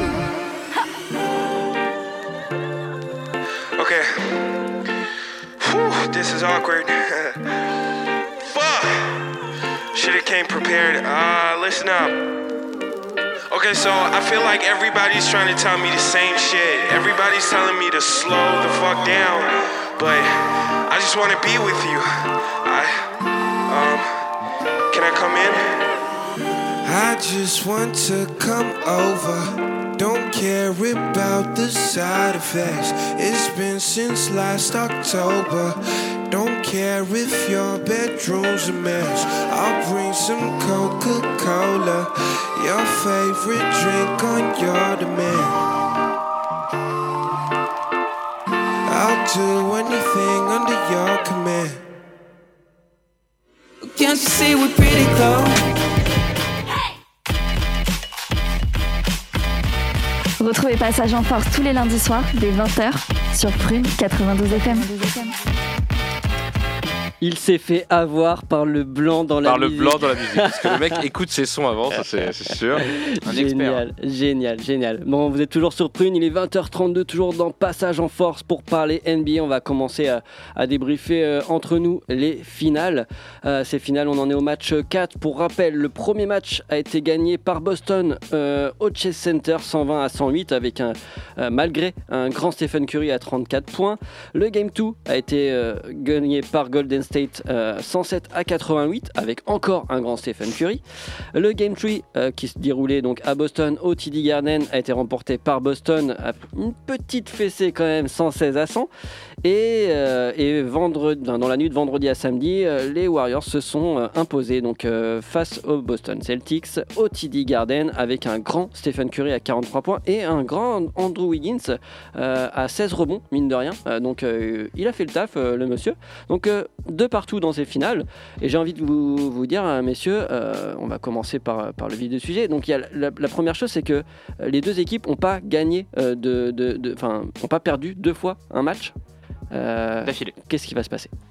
Okay. Whew, this is awkward. Fuck. Should've came prepared. Uh, listen up. Okay, so I feel like everybody's trying to tell me the same shit. Everybody's telling me to slow the fuck down, but I just want to be with you. I, um, can I come in? I just want to come over. Don't care about the side effects. It's been since last October. Don't care if your bedroom's a mess. I'll bring some Coca-Cola, your favorite drink on your demand. I'll do anything under your command. Can't you see we're pretty close? Retrouvez Passage en Force tous les lundis soirs dès vingt heures sur Prune quatre-vingt-douze F M. Il s'est fait avoir par le blanc dans la Par musique. le blanc dans la musique. Parce que le mec écoute ses sons avant, ça c'est c'est sûr. Un Génial, génial, génial. Bon, vous êtes toujours sur Prune, il est vingt heures trente-deux, toujours dans Passage en Force pour parler N B A. On va commencer à, à débriefer euh, entre nous les finales. Euh, ces finales, on en est au match quatre. Pour rappel, le premier match a été gagné par Boston euh, au Chase Center, cent vingt à cent huit, avec un, euh, malgré un grand Stephen Curry à trente-quatre points. Le Game deux a été euh, gagné par Golden State euh, cent sept à quatre-vingt-huit, avec encore un grand Stephen Curry. Le Game trois euh, qui se déroulait donc à Boston au T D Garden a été remporté par Boston à une petite fessée quand même, cent seize à cent. Et, euh, et vendredi, dans la nuit de vendredi à samedi, euh, les Warriors se sont euh, imposés donc, euh, face aux Boston Celtics au T D Garden avec un grand Stephen Curry à quarante-trois points et un grand Andrew Wiggins euh, à seize rebonds, mine de rien. Euh, donc euh, il a fait le taf, euh, le monsieur. Donc euh, de partout dans ces finales. Et j'ai envie de vous, vous dire, euh, messieurs, euh, on va commencer par, par le vif du sujet. Donc il y a la, la première chose, c'est que les deux équipes n'ont pas gagné, euh, de, de, de, enfin, n'ont pas perdu deux fois un match. Euh, D'affilée. Qu'est-ce qui va se passer?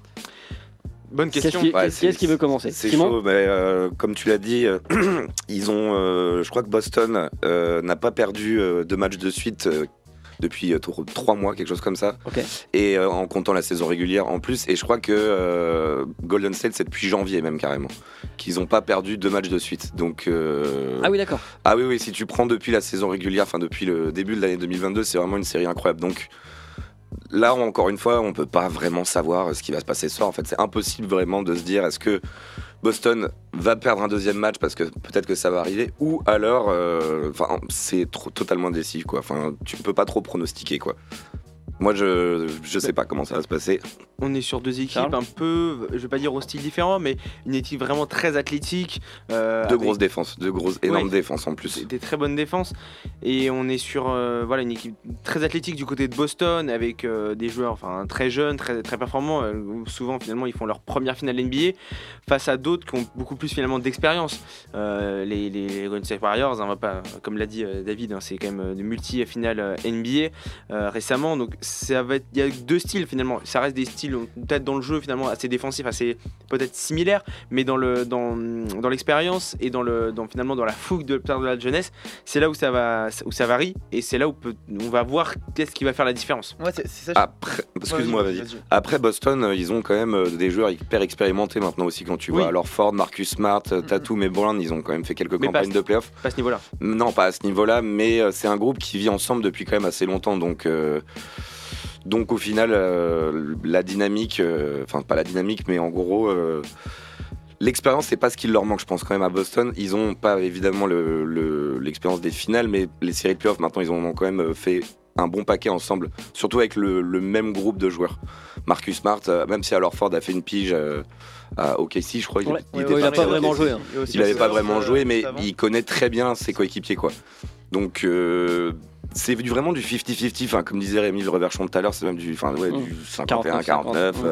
Bonne Qu'est-ce question. qui, Ouais, qu'est-ce qui veut commencer? C'est Simon chaud, mais euh, comme tu l'as dit, euh, ils ont, euh, je crois que Boston euh, n'a pas perdu euh, deux matchs de suite euh, depuis euh, tro- trois mois, quelque chose comme ça. Ok. Et euh, en comptant la saison régulière en plus. Et je crois que euh, Golden State, c'est depuis janvier même carrément, qu'ils n'ont pas perdu deux matchs de suite. Donc, euh, Ah oui, d'accord. ah oui, oui, si tu prends depuis la saison régulière, enfin depuis le début de l'année deux mille vingt-deux, c'est vraiment une série incroyable. Donc là, encore une fois, on peut pas vraiment savoir ce qui va se passer ce soir. En fait, c'est impossible vraiment de se dire est-ce que Boston va perdre un deuxième match parce que peut-être que ça va arriver, ou alors, euh, enfin, c'est trop, totalement décisif, quoi. Enfin, tu peux pas trop pronostiquer, quoi. Moi, je je sais pas comment ça va se passer. On est sur deux équipes Charles un peu, je vais pas dire au style différent, mais une équipe vraiment très athlétique. euh, Deux avec grosses défenses, deux grosses, énormes Ouais. défenses en plus. Des, des très bonnes défenses. Et on est sur euh, voilà, une équipe très athlétique du côté de Boston, avec euh, des joueurs enfin, très jeunes, très, très performants. euh, où souvent, finalement, ils font leur première finale N B A face à d'autres qui ont beaucoup plus finalement d'expérience. Euh, les, les Golden State Warriors, hein, on va pas, comme l'a dit euh, David, hein, c'est quand même euh, de multi-finales euh, N B A euh, récemment. Donc ça va être, il y a deux styles finalement. Ça reste des styles peut-être dans le jeu finalement assez défensifs, assez peut-être similaires, mais dans le dans, dans l'expérience et dans le dans finalement dans la fougue de, de la jeunesse, c'est là où ça va où ça varie et c'est là où peut, on va voir qu'est-ce qui va faire la différence. Ouais, c'est, c'est ça. je- Après, excuse-moi, Ouais, vas-y. Après Boston, euh, ils ont quand même euh, des joueurs hyper expérimentés maintenant aussi quand tu Oui. vois. Alors Ford, Marcus Smart, euh, Tatum et Brown, ils ont quand même fait quelques Mais campagnes pas- de playoffs. Pas à ce niveau-là. Non, pas à ce niveau-là, mais euh, c'est un groupe qui vit ensemble depuis quand même assez longtemps, donc. euh, Donc au final, euh, la dynamique, euh, enfin pas la dynamique, mais en gros, euh, l'expérience c'est pas ce qui leur manque, je pense quand même à Boston. Ils ont pas évidemment le, le- l'expérience des finales, mais les séries de playoffs maintenant ils en ont quand même fait un bon paquet ensemble, surtout avec le, le même groupe de joueurs. Marcus Smart, euh, même si alors Ford a fait une pige euh, à O K C, je crois, il, Ouais, il ouais, était ouais, il a parti pas à vraiment O K C. joué, hein. Et aussi Il n'avait les pas Spurs, vraiment euh, joué, mais juste avant. il connaît très bien ses coéquipiers, quoi. Donc euh, c'est du- vraiment du cinquante cinquante, enfin, comme disait Rémi Le Reverchon tout à l'heure, c'est même du, enfin, ouais, Mmh. du cinquante et un quarante-neuf. Mmh. euh,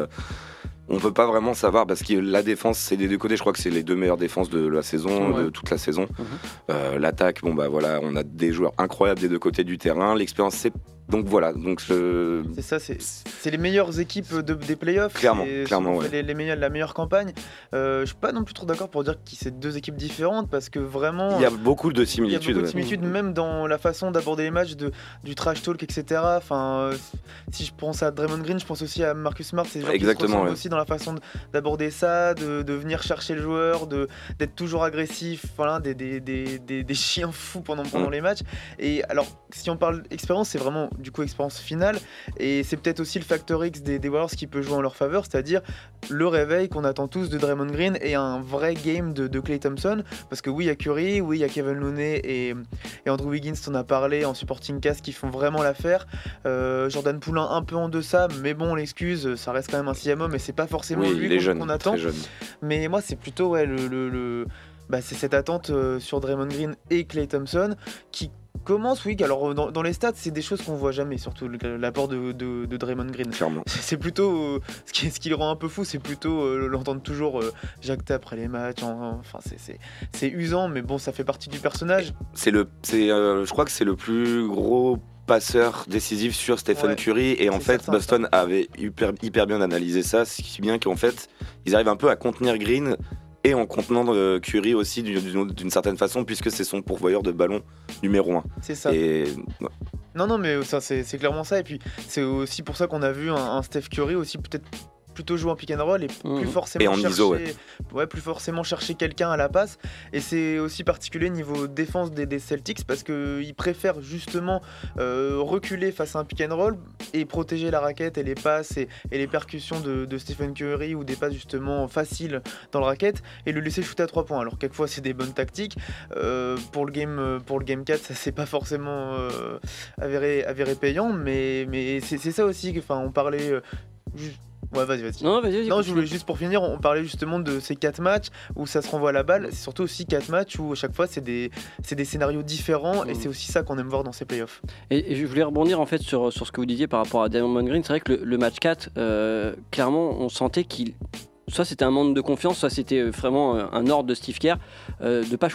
on peut pas vraiment savoir parce que la défense, c'est des deux côtés. Je crois que c'est les deux meilleures défenses de la saison, Ouais. de toute la saison. Mhm. Euh, L'attaque, bon bah voilà, on a des joueurs incroyables des deux côtés du terrain. L'expérience, c'est donc voilà. Donc je... C'est ça, c'est, c'est les meilleures équipes de, des playoffs. Clairement, c'est, clairement, on ouais. fait les, les meilleures, la meilleure campagne. Euh, je suis pas non plus trop d'accord pour dire que c'est deux équipes différentes parce que vraiment. il y a beaucoup de Il y a similitudes. beaucoup de ouais. similitudes, même dans la façon d'aborder les matchs, de, du trash talk, et cetera. Enfin, euh, si je pense à Draymond Green, je pense aussi à Marcus Smart. C'est des gens qui se Exactement, ressemblent ouais. aussi dans la façon de- d'aborder ça, de, de venir chercher le joueur, de, d'être toujours agressif, voilà, des, des, des, des, des chiens fous pendant, pendant Mm. les matchs. Et alors, si on parle expérience, c'est vraiment du coup expérience finale. Et c'est peut-être aussi le facteur X des, des Warriors qui peut jouer en leur faveur, c'est-à-dire le réveil qu'on attend tous de Draymond Green et un vrai game de, de Klay Thompson. Parce que oui, il y a Curry, oui, il y a Kevin Looney et, et Andrew Wiggins, on a parlé en supporting cast, qui font vraiment l'affaire. Euh, Jordan Poulin un peu en deçà, mais bon, l'excuse, ça reste quand même un sixième homme et c'est pas forcément Oui, lui il est qu'on, jeune, qu'on attend. très jeune. Mais moi, c'est plutôt ouais, le, le- le- bah, c'est cette attente euh, sur Draymond Green et Klay Thompson qui commence, oui. Alors dans, dans les stats, c'est des choses qu'on voit jamais, surtout le- l'apport de, de, de Draymond Green. Clairement. C'est plutôt euh, ce, qui, ce qui le rend un peu fou, c'est plutôt euh, l'entendre toujours euh, jacter après les matchs. en- Enfin, c'est, c'est, c'est usant, mais bon, ça fait partie du personnage. C'est le, c'est, euh, je crois que c'est le plus gros passeur décisif sur Stephen Ouais, Curry et en c'est fait certain, Boston avait hyper, hyper bien analysé ça, si bien qu'en fait ils arrivent un peu à contenir Green et en contenant euh, Curry aussi d'une, d'une, d'une certaine façon puisque c'est son pourvoyeur de ballon numéro un. C'est ça. Et ouais. Non, non, mais ça, c'est, c'est clairement ça. Et puis, c'est aussi pour ça qu'on a vu un, un Steph Curry aussi peut-être plutôt jouer en pick and roll et Mhm. plus forcément Et en chercher, iso, ouais. ouais, plus forcément chercher quelqu'un à la passe. Et c'est aussi particulier niveau défense des, des Celtics parce qu'ils préfèrent justement euh, reculer face à un pick and roll et protéger la raquette et les passes et, et les percussions de, de Stephen Curry ou des passes justement faciles dans la raquette et le laisser shooter à trois points. Alors quelquefois c'est des bonnes tactiques. Euh, pour, le game, pour le game quatre, ça c'est pas forcément euh, avéré, avéré payant, mais, mais c'est, c'est ça aussi. que- Enfin, on parlait. euh, juste- Ouais, vas-y, vas-y. Non, vas-y, vas-y, Non, je continue. voulais juste pour finir, on parlait justement de ces quatre matchs où ça se renvoie à la balle. C'est surtout aussi quatre matchs où à chaque fois c'est des, c'est des scénarios différents et Mhm. c'est aussi ça qu'on aime voir dans ces playoffs. Et, et je voulais rebondir en fait sur, sur ce que vous disiez par rapport à Draymond Green. C'est vrai que le, le match quatre, euh, clairement, on sentait qu'il. Soit c'était un manque de confiance, soit c'était euh, vraiment euh, un ordre de Steve Kerr euh, de pas shooter.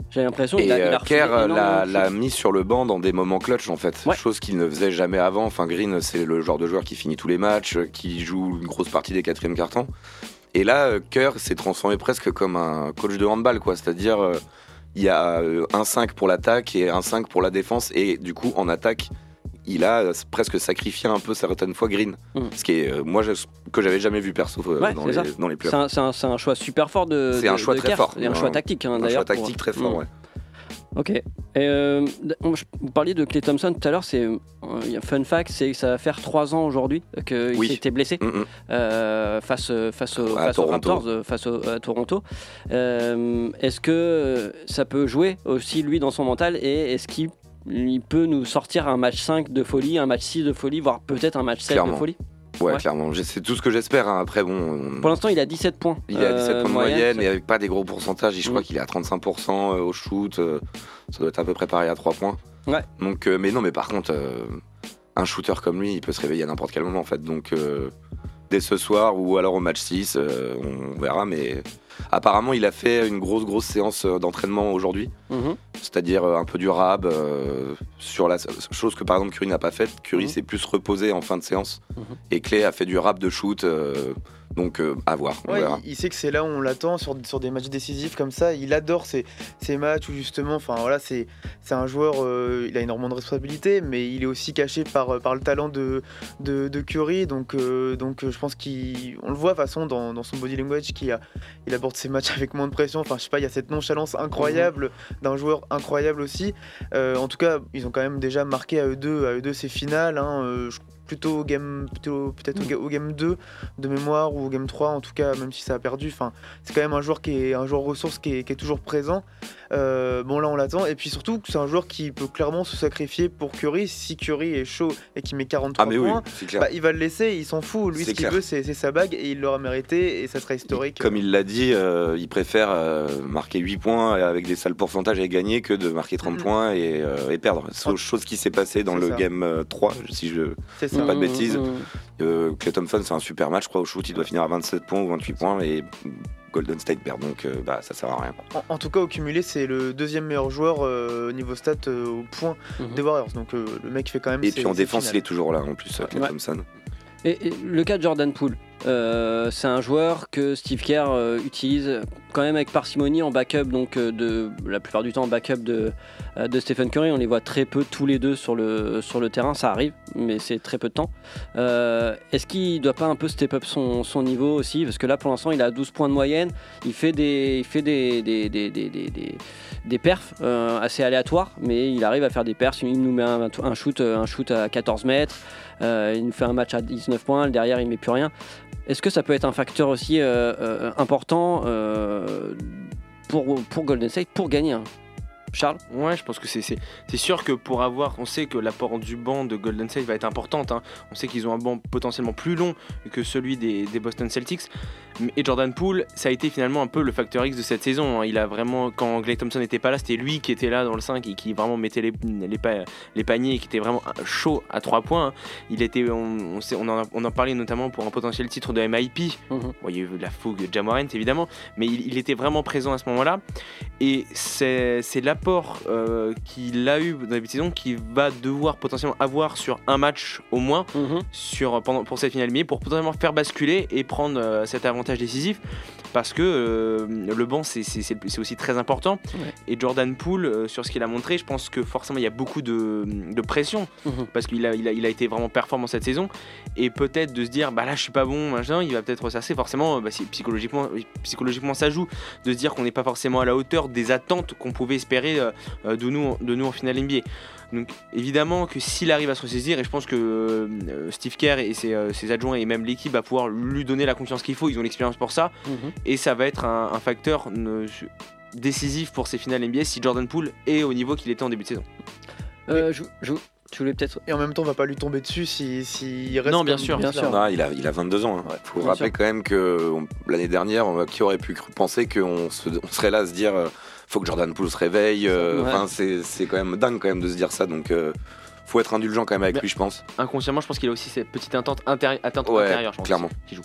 J'ai l'impression Et qu'il a, il a euh, refusé Kerr énormément l'a, de l'a choses. mis sur le banc dans des moments clutch en fait, Ouais. chose qu'il ne faisait jamais avant. Enfin, Green, c'est le genre de joueur qui finit tous les matchs, qui joue une grosse partie des quatrièmes cartons. Et là, euh, Kerr s'est transformé presque comme un coach de handball, quoi. C'est-à-dire, euh, il y a euh, un cinq pour l'attaque et un cinq pour la défense. Et du coup, en attaque, il a euh, presque sacrifié un peu certaines fois Green. Mm. Ce qui est, euh, moi, je- que j'avais jamais vu perso euh, Ouais, dans, c'est les, ça. dans les C'est playoffs. un, c'est un- c'est un choix super fort de. C'est un de- choix de très Kerr. fort. Et un Un- choix tactique, hein, Un d'ailleurs. choix pour- tactique très fort, Mm. ouais. Ok. Et euh, on- je- vous parliez de Klay Thompson tout à l'heure. C'est euh, il y a un fun fact, c'est que ça va faire trois ans aujourd'hui qu'il Oui. s'était blessé Mm, mm. euh, face face, au, À face aux Toronto. Raptors, euh, face au- à Toronto. Euh, est-ce que euh, ça peut jouer aussi lui dans son mental et est-ce qu'il il peut nous sortir un match cinq de folie, un match six de folie, voire peut-être un match sept Clairement. de folie? Ouais, Ouais. clairement. Je- C'est tout ce que j'espère. hein. Après, bon. on- Pour l'instant, il a dix-sept points. Il est à dix-sept euh, points de moyenne ça- et avec pas des gros pourcentages. Je crois Mm. qu'il est à trente-cinq pour cent au shoot. euh, Ça doit être à peu près pareil à trois points. Ouais. Donc, euh, mais non, mais par contre, euh, un shooter comme lui, il peut se réveiller à n'importe quel moment en fait. Donc, euh, dès ce soir ou alors au match six, euh, on verra. Mais apparemment, il a fait une grosse, grosse séance euh, d'entraînement aujourd'hui. Mhm. C'est-à-dire euh, un peu du rab euh, sur la chose que par exemple Curry n'a pas faite. Curry Mhm. s'est plus reposé en fin de séance Mhm. et Klay a fait du rab de shoot. euh, donc euh, à voir, on Ouais, verra. il, il sait que c'est là où on l'attend sur, sur des matchs décisifs comme ça. Il adore ces, ces matchs où justement, enfin voilà, c'est c'est un joueur, euh, il a énormément de responsabilités, mais il est aussi caché par, par le talent de, de, de Curry. Donc, euh, donc euh, je pense qu'on le voit de toute façon dans, dans son body language qui a, il aborde ses matchs avec moins de pression. Enfin, je sais pas, il y a cette nonchalance incroyable d'un joueur incroyable aussi. Euh, en tout cas, ils ont quand même déjà marqué à eux deux, à eux deux ces finales. Hein, euh, je- plutôt au game, plutôt peut-être au, ga- au game deux de mémoire ou au game trois en tout cas, même si ça a perdu. Enfin, c'est quand même un joueur qui est un joueur ressource qui est, qui est toujours présent. Euh, bon là on l'attend et puis surtout c'est un joueur qui peut clairement se sacrifier pour Curry. Si Curry est chaud et qu'il met quarante-trois Ah mais oui, points, c'est clair. bah, il va le laisser, il s'en fout. Lui C'est ce qu'il clair. veut c'est, c'est sa bague et il l'aura mérité et ça sera historique. Comme il l'a dit, euh, il préfère euh, marquer huit points avec des sales pourcentages et gagner que de marquer trente Mhm. points et, euh, et perdre. C'est Ouais. chose qui s'est passée dans C'est le ça. game euh, trois, si je C'est dis ça. pas de Mhm, bêtises. mhm. Euh, Klay Thompson, c'est un super match, je crois, au shoot, il doit finir à vingt-sept points ou vingt-huit points et Golden State perd, donc euh, bah, ça sert à rien. En, en tout cas au cumulé c'est le deuxième meilleur joueur euh, au niveau stat euh, au point Mhm. des Warriors. Donc euh, le mec fait quand même Et ses- puis en ses défense, il finales. est toujours là en plus, Klay Ouais. Thompson. Et, et le cas de Jordan Poole, euh, c'est un joueur que Steve Kerr euh, utilise quand même avec parcimonie en backup, donc euh, de, la plupart du temps en backup de, euh, de Stephen Curry. On les voit très peu tous les deux sur le, sur le terrain, ça arrive, mais c'est très peu de temps. Euh, Est-ce qu'il doit pas un peu step up son, son niveau aussi? Parce que là pour l'instant il a douze points de moyenne, il fait des, il fait des, des, des, des, des, des- des perfs euh, assez aléatoires, mais il arrive à faire des perfs. Il nous met un, un shoot, un shoot à quatorze mètres. Euh, il nous fait un match à dix-neuf points, derrière il met plus rien. Est-ce que ça peut être un facteur aussi euh, euh, important euh, pour, pour Golden State pour gagner hein Charles? Ouais, je pense que c'est, c'est, c'est sûr que pour avoir, on sait que l'apport du banc de Golden State va être importante. Hein. On sait qu'ils ont un banc potentiellement plus long que celui des, des Boston Celtics. Et Jordan Poole, ça a été finalement un peu le facteur X de cette saison. Hein. Il a vraiment, quand Klay Thompson n'était pas là, c'était lui qui était là dans le cinq et qui vraiment mettait les, les, pa- les paniers et qui était vraiment chaud à trois points. Hein. Il était, on, on, sait, on, en a, on en parlait notamment pour un potentiel titre de M I P. Mhm. Bon, il y a eu la fougue de Ja Morant évidemment, mais il, il était vraiment présent à ce moment-là. Et c'est, c'est l'apport euh, qu'il a eu dans la saison qu'il va devoir potentiellement avoir sur un match au moins Mhm. sur, pendant, pour cette finale N B A pour potentiellement faire basculer et prendre euh, cet avantage décisif parce que euh, le banc c'est, c'est, c'est, c'est aussi très important. Ouais. Et Jordan Poole euh, sur ce qu'il a montré, je pense que forcément il y a beaucoup de, de pression Mhm. parce qu'il a, il a, il a été vraiment performant cette saison et peut-être de se dire bah là je suis pas bon machin, il va peut-être ressasser forcément bah, c'est, psychologiquement, psychologiquement ça joue de se dire qu'on n'est pas forcément à la hauteur des attentes qu'on pouvait espérer euh, de, nous, de nous en finale N B A. Donc évidemment que s'il arrive à se ressaisir, et je pense que euh, Steve Kerr et ses, euh, ses adjoints et même l'équipe va pouvoir lui donner la confiance qu'il faut, ils ont l'expérience pour ça, Mhm. et ça va être un, un facteur euh, décisif pour ces finales N B A si Jordan Poole est au niveau qu'il était en début de saison. Euh, je, je, tu voulais peut-être. Et en même temps, on va pas lui tomber dessus si, si il reste. Non, bien comme- sûr, bien sûr. Ah, il, a, il a vingt-deux ans. Il Ouais, faut bien rappeler sûr. quand même que on- l'année dernière, on- qui aurait pu cru- penser qu'on se- on serait là à se dire euh, faut que Jordan Poole se réveille. euh, Ouais. Enfin, c'est, c'est quand même dingue quand même de se dire ça. Donc, euh, faut être indulgent quand même avec Mais- lui, je pense. Inconsciemment, je pense qu'il a aussi cette petite atteinte, intérie- atteinte Ouais, intérieure, je pense, clairement. qui joue.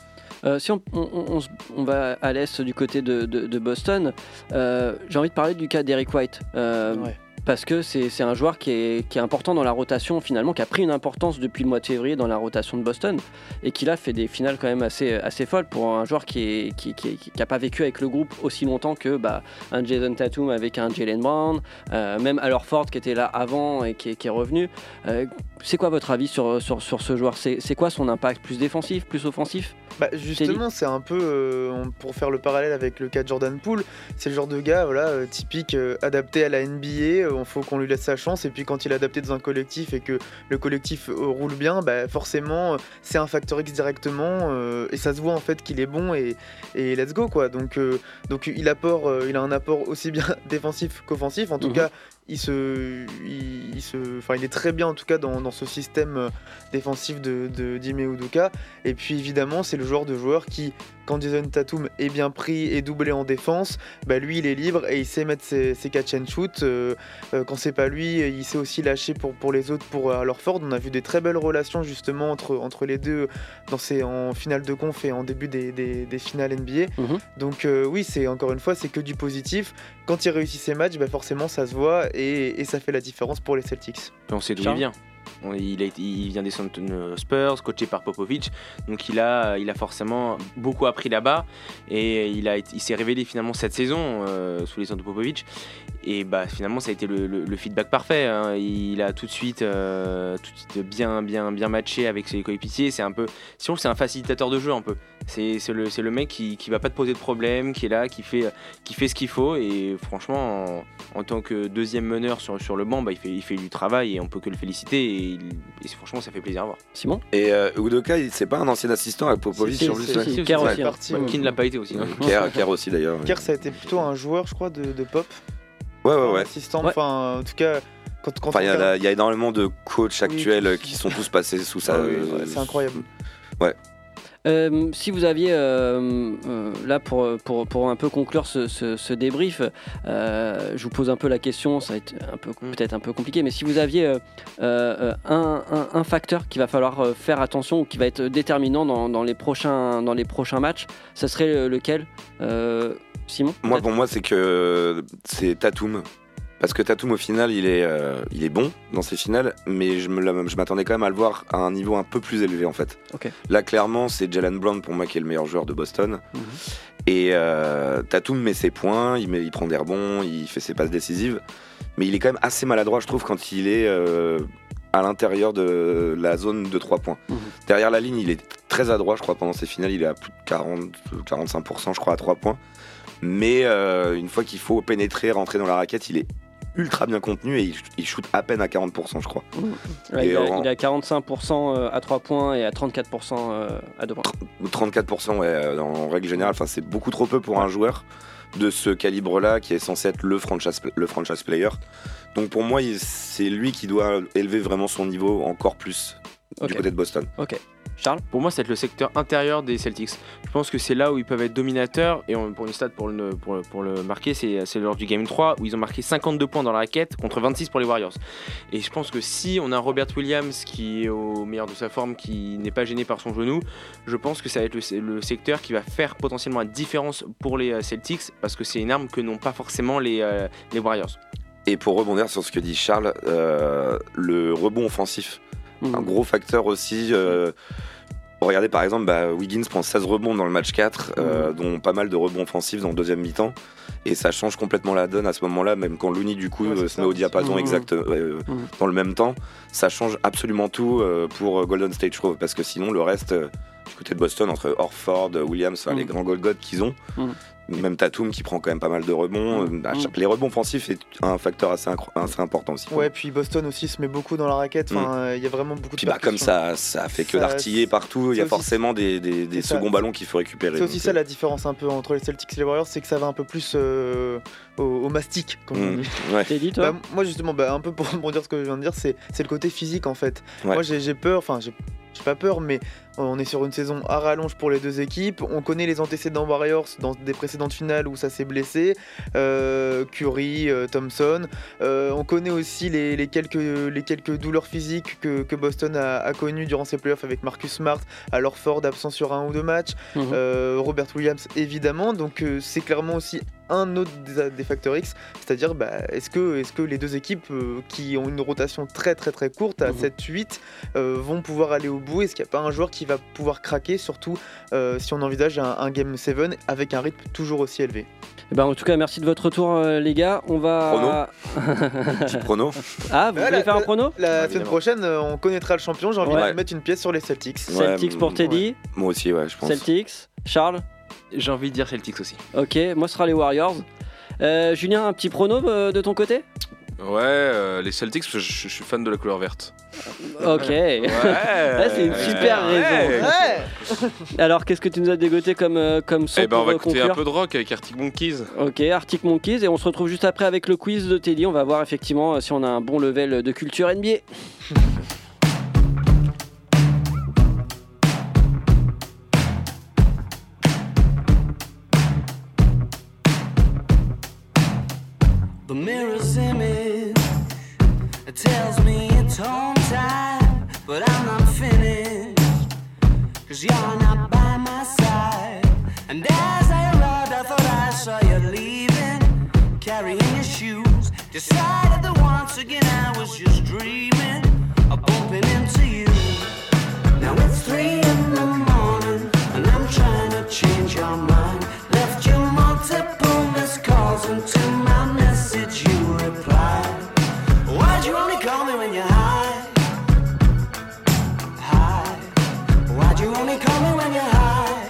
Euh, si on, on, on, on va à l'est du côté de, de, de Boston, euh, j'ai envie de parler du cas d'Eric White. Euh, Ouais. Parce que c'est, c'est un joueur qui est, qui est important dans la rotation finalement, qui a pris une importance depuis le mois de février dans la rotation de Boston et qui là fait des finales quand même assez, assez folles pour un joueur qui n'a qui, qui, qui, qui a pas vécu avec le groupe aussi longtemps que bah, un Jason Tatum avec un Jaylen Brown, euh, même Al Horford qui était là avant et qui est, qui est revenu. Euh, c'est quoi votre avis sur, sur, sur ce joueur ? c'est, c'est quoi son impact ? Plus défensif, plus offensif ? Bah justement, c'est un peu, euh, pour faire le parallèle avec le cas de Jordan Poole, c'est le genre de gars voilà, euh, typique, euh, adapté à la N B A, il euh, faut qu'on lui laisse sa chance, et puis quand il est adapté dans un collectif et que le collectif euh, roule bien, bah, forcément, euh, c'est un facteur X directement, euh, et ça se voit en fait qu'il est bon, et, et let's go quoi. Donc, euh, donc il, apporte, euh, il a un apport aussi bien défensif qu'offensif, en tout mmh. cas, il, se, il, il, se, il est très bien en tout cas dans, dans ce système défensif de, de d'Ime Udoka, et puis évidemment, c'est le genre de joueur qui, quand Jason Tatum est bien pris et doublé en défense, bah lui il est libre et il sait mettre ses, ses catch and shoot. Euh, euh, quand c'est pas lui, il sait aussi lâcher pour, pour les autres, pour Al Horford. On a vu des très belles relations justement entre, entre les deux dans ces, en finale de conf et en début des, des, des finales N B A. Mm-hmm. Donc euh, oui, c'est encore une fois, c'est que du positif. Quand il réussit ses matchs, bah forcément ça se voit et, et ça fait la différence pour les Celtics. Et on sait d'où il vient. Il, a été, il vient des Spurs, coaché par Popovich, donc il a, il a forcément beaucoup appris là-bas et il, a, il s'est révélé finalement cette saison euh, sous les ordres de Popovich. Et bah, finalement, ça a été le, le, le feedback parfait. Hein. Il a tout de suite, euh, tout de suite bien, bien, bien matché avec ses coéquipiers. C'est un peu, si on veut, c'est un facilitateur de jeu un peu. C'est, c'est, le, c'est le mec qui, qui va pas te poser de problème, qui est là, qui fait, qui fait ce qu'il faut. Et franchement, en, en tant que deuxième meneur sur, sur le banc, bah, il, fait, il fait du travail et on peut que le féliciter. Et, il, et franchement, ça fait plaisir à voir. Simon ? Et euh, Udoka, c'est pas un ancien assistant à Popovich si, sur si, lui si, si, si, Kerr aussi. Parti, ouais. Ouais. Qui ne l'a pas été aussi. Hein. Kerr, Kerr aussi d'ailleurs. Kerr, ça a été plutôt un joueur, je crois, de, de pop. Ouais, ouais, ouais. Assistant, ouais. enfin, en tout cas, quand, quand enfin, il regarde... y, y a énormément de coachs actuels oui, qui sont tous passés sous ça. Ah, oui, ouais, c'est incroyable. Ouais. Euh, si vous aviez, euh, euh, là pour, pour, pour un peu conclure ce, ce, ce débrief, euh, je vous pose un peu la question, ça va être un peu, peut-être un peu compliqué, mais si vous aviez euh, euh, un, un, un facteur qu'il va falloir faire attention ou qui va être déterminant dans, dans, les, prochains, dans les prochains matchs, ça serait lequel euh, Simon ? Moi, pour moi, c'est que c'est Tatum. Parce que Tatum, au final, il est, euh, il est bon dans ses finales, mais je, me, je m'attendais quand même à le voir à un niveau un peu plus élevé, en fait. Okay. Là, clairement, c'est Jaylen Brown, pour moi, qui est le meilleur joueur de Boston. Mm-hmm. Et euh, Tatum met ses points, il, met, il prend des rebonds, il fait ses passes décisives, mais il est quand même assez maladroit, je trouve, quand il est euh, à l'intérieur de la zone de trois points. Mm-hmm. Derrière la ligne, il est très adroit, je crois, pendant ses finales, il est à plus de quarante à quarante-cinq pour cent, je crois, à trois points. Mais euh, une fois qu'il faut pénétrer, rentrer dans la raquette, il est ultra bien contenu et il, il shoot à peine à quarante pour cent, je crois. Mmh. Ouais, il, a, en... il est à quarante-cinq pour cent à trois points et à trente-quatre pour cent à deux points. trente-quatre pour cent, ouais, en règle générale, c'est beaucoup trop peu pour un joueur de ce calibre-là qui est censé être le franchise, le franchise player. Donc pour moi, il, c'est lui qui doit élever vraiment son niveau encore plus okay. du côté de Boston. Ok. Charles ? Pour moi, c'est le secteur intérieur des Celtics. Je pense que c'est là où ils peuvent être dominateurs. Et on, pour une stat, pour le, pour, pour le marquer, c'est, c'est lors du Game trois où ils ont marqué cinquante-deux points dans la raquette contre vingt-six pour les Warriors. Et je pense que si on a Robert Williams qui est au meilleur de sa forme, qui n'est pas gêné par son genou, je pense que ça va être le, le secteur qui va faire potentiellement la différence pour les Celtics parce que c'est une arme que n'ont pas forcément les, euh, les Warriors. Et pour rebondir sur ce que dit Charles, euh, le rebond offensif, mmh. un gros facteur aussi. Euh, Regardez par exemple, bah, Wiggins prend seize rebonds dans le match quatre, euh, mmh. dont pas mal de rebonds offensifs dans le deuxième mi-temps. Et ça change complètement la donne à ce moment-là, même quand Looney du coup ouais, se ça. met au diapason mmh. exact euh, mmh. dans le même temps. Ça change absolument tout euh, pour Golden State, je trouve, parce que sinon le reste, euh, du côté de Boston, entre Horford, Williams, mmh. les grands gold gods qu'ils ont, mmh. même Tatum qui prend quand même pas mal de rebonds. Mmh. Bah, les rebonds offensifs est un facteur assez, incro- assez important aussi. Ouais, puis Boston aussi se met beaucoup dans la raquette. Il mmh. y a vraiment beaucoup puis de bah, comme ça, ça fait que ça, d'artiller partout. Il y a forcément des, des, des seconds ballons qu'il faut récupérer. C'est aussi donc, ça la différence un peu entre les Celtics et les Warriors, c'est que ça va un peu plus euh, au, au mastic, comme mmh. on dit. Ouais. T'es dit, toi bah, moi justement, bah, un peu pour, pour dire ce que je viens de dire, c'est, c'est le côté physique en fait. Ouais. Moi j'ai, j'ai peur, enfin j'ai, j'ai pas peur, mais On est sur une saison à rallonge pour les deux équipes. On connaît les antécédents Warriors dans des précédentes finales où ça s'est blessé. Euh, Curry, euh, Thompson. Euh, on connaît aussi les, les, quelques, les quelques douleurs physiques que, que Boston a, a connues durant ses playoffs avec Marcus Smart, alors Ford absent sur un ou deux matchs. Mmh. Euh, Robert Williams évidemment. Donc euh, c'est clairement aussi un autre des, des facteurs X, c'est-à-dire bah, est-ce, que, est-ce que les deux équipes euh, qui ont une rotation très très très courte à mmh. sept huit euh, vont pouvoir aller au bout? Est-ce qu'il n'y a pas un joueur qui va pouvoir craquer, surtout euh, si on envisage un, un Game sept avec un rythme toujours aussi élevé? Eh ben, en tout cas, merci de votre retour, euh, les gars. On va. Prono. Petit prono. Ah, vous ouais, voulez la, faire un prono? La, la ouais, semaine prochaine, euh, on connaîtra le champion. J'ai envie ouais. de mettre une pièce sur les Celtics. Ouais, Celtics pour Teddy. Ouais. Moi aussi, ouais, je pense. Celtics. Charles? J'ai envie de dire Celtics aussi. Ok, moi ce sera les Warriors. Euh, Julien, un petit prono euh, de ton côté? Ouais, euh, les Celtics, parce que je, je suis fan de la couleur verte. Ok, ouais, ouais, c'est une super ouais, raison. Ouais. Alors, qu'est-ce que tu nous as dégoté comme, euh, comme son? Eh ben, on va écouter conclure un peu de rock avec Arctic Monkeys. Ok, Arctic Monkeys, et on se retrouve juste après avec le quiz de Teddy. On va voir effectivement si on a un bon level de culture N B A. The mirror's image, it tells me it's home time, but I'm not finished, cause you're not by my side. And as I arrived, I thought I saw you leaving, carrying your shoes. Decided that once again I was just dreaming of bumping into you. Now it's three in the morning, and I'm trying to change your mind. Left you multiple missed calls into my message, you replied. Why'd you only call me when you're high? High. Why'd you only call me when you're high?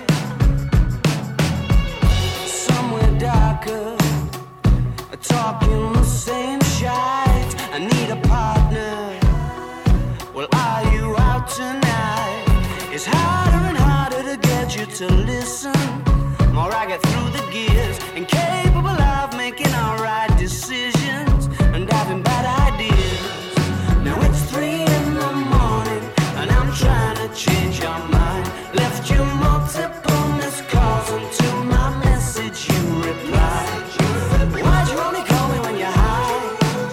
Somewhere darker, talking the same shite. I need a partner. Well, are you out tonight? It's harder and harder to get you to listen. More I get through the gears, incapable of making alright decisions and having bad ideas. Now it's three in the morning and I'm trying to change your mind. Left you multiple missed calls into my message, you replied. Why'd you only call me when you're high?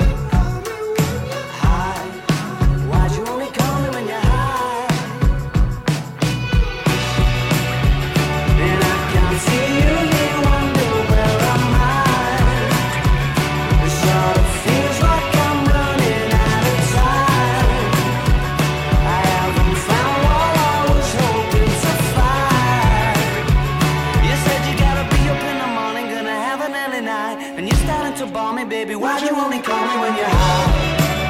High. Why'd you only call me when you're high? And I can't see you, you wonder where am I? It sort of feels like I'm running out of time. I haven't found what I was hoping to find. You said you gotta be up in the morning, gonna have an early night, and you're starting to bore me, baby. Why'd you only call me when you're high?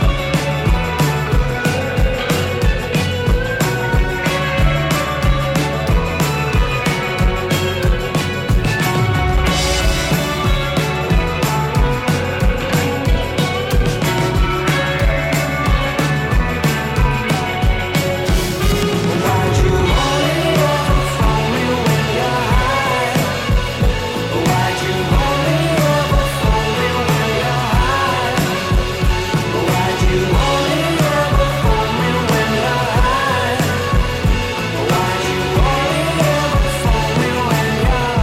Why'd you only ever phone me when you're high? Why'd you only ever phone me when you're high? Why'd you only ever phone me when you're high? Why'd you only ever phone me when you're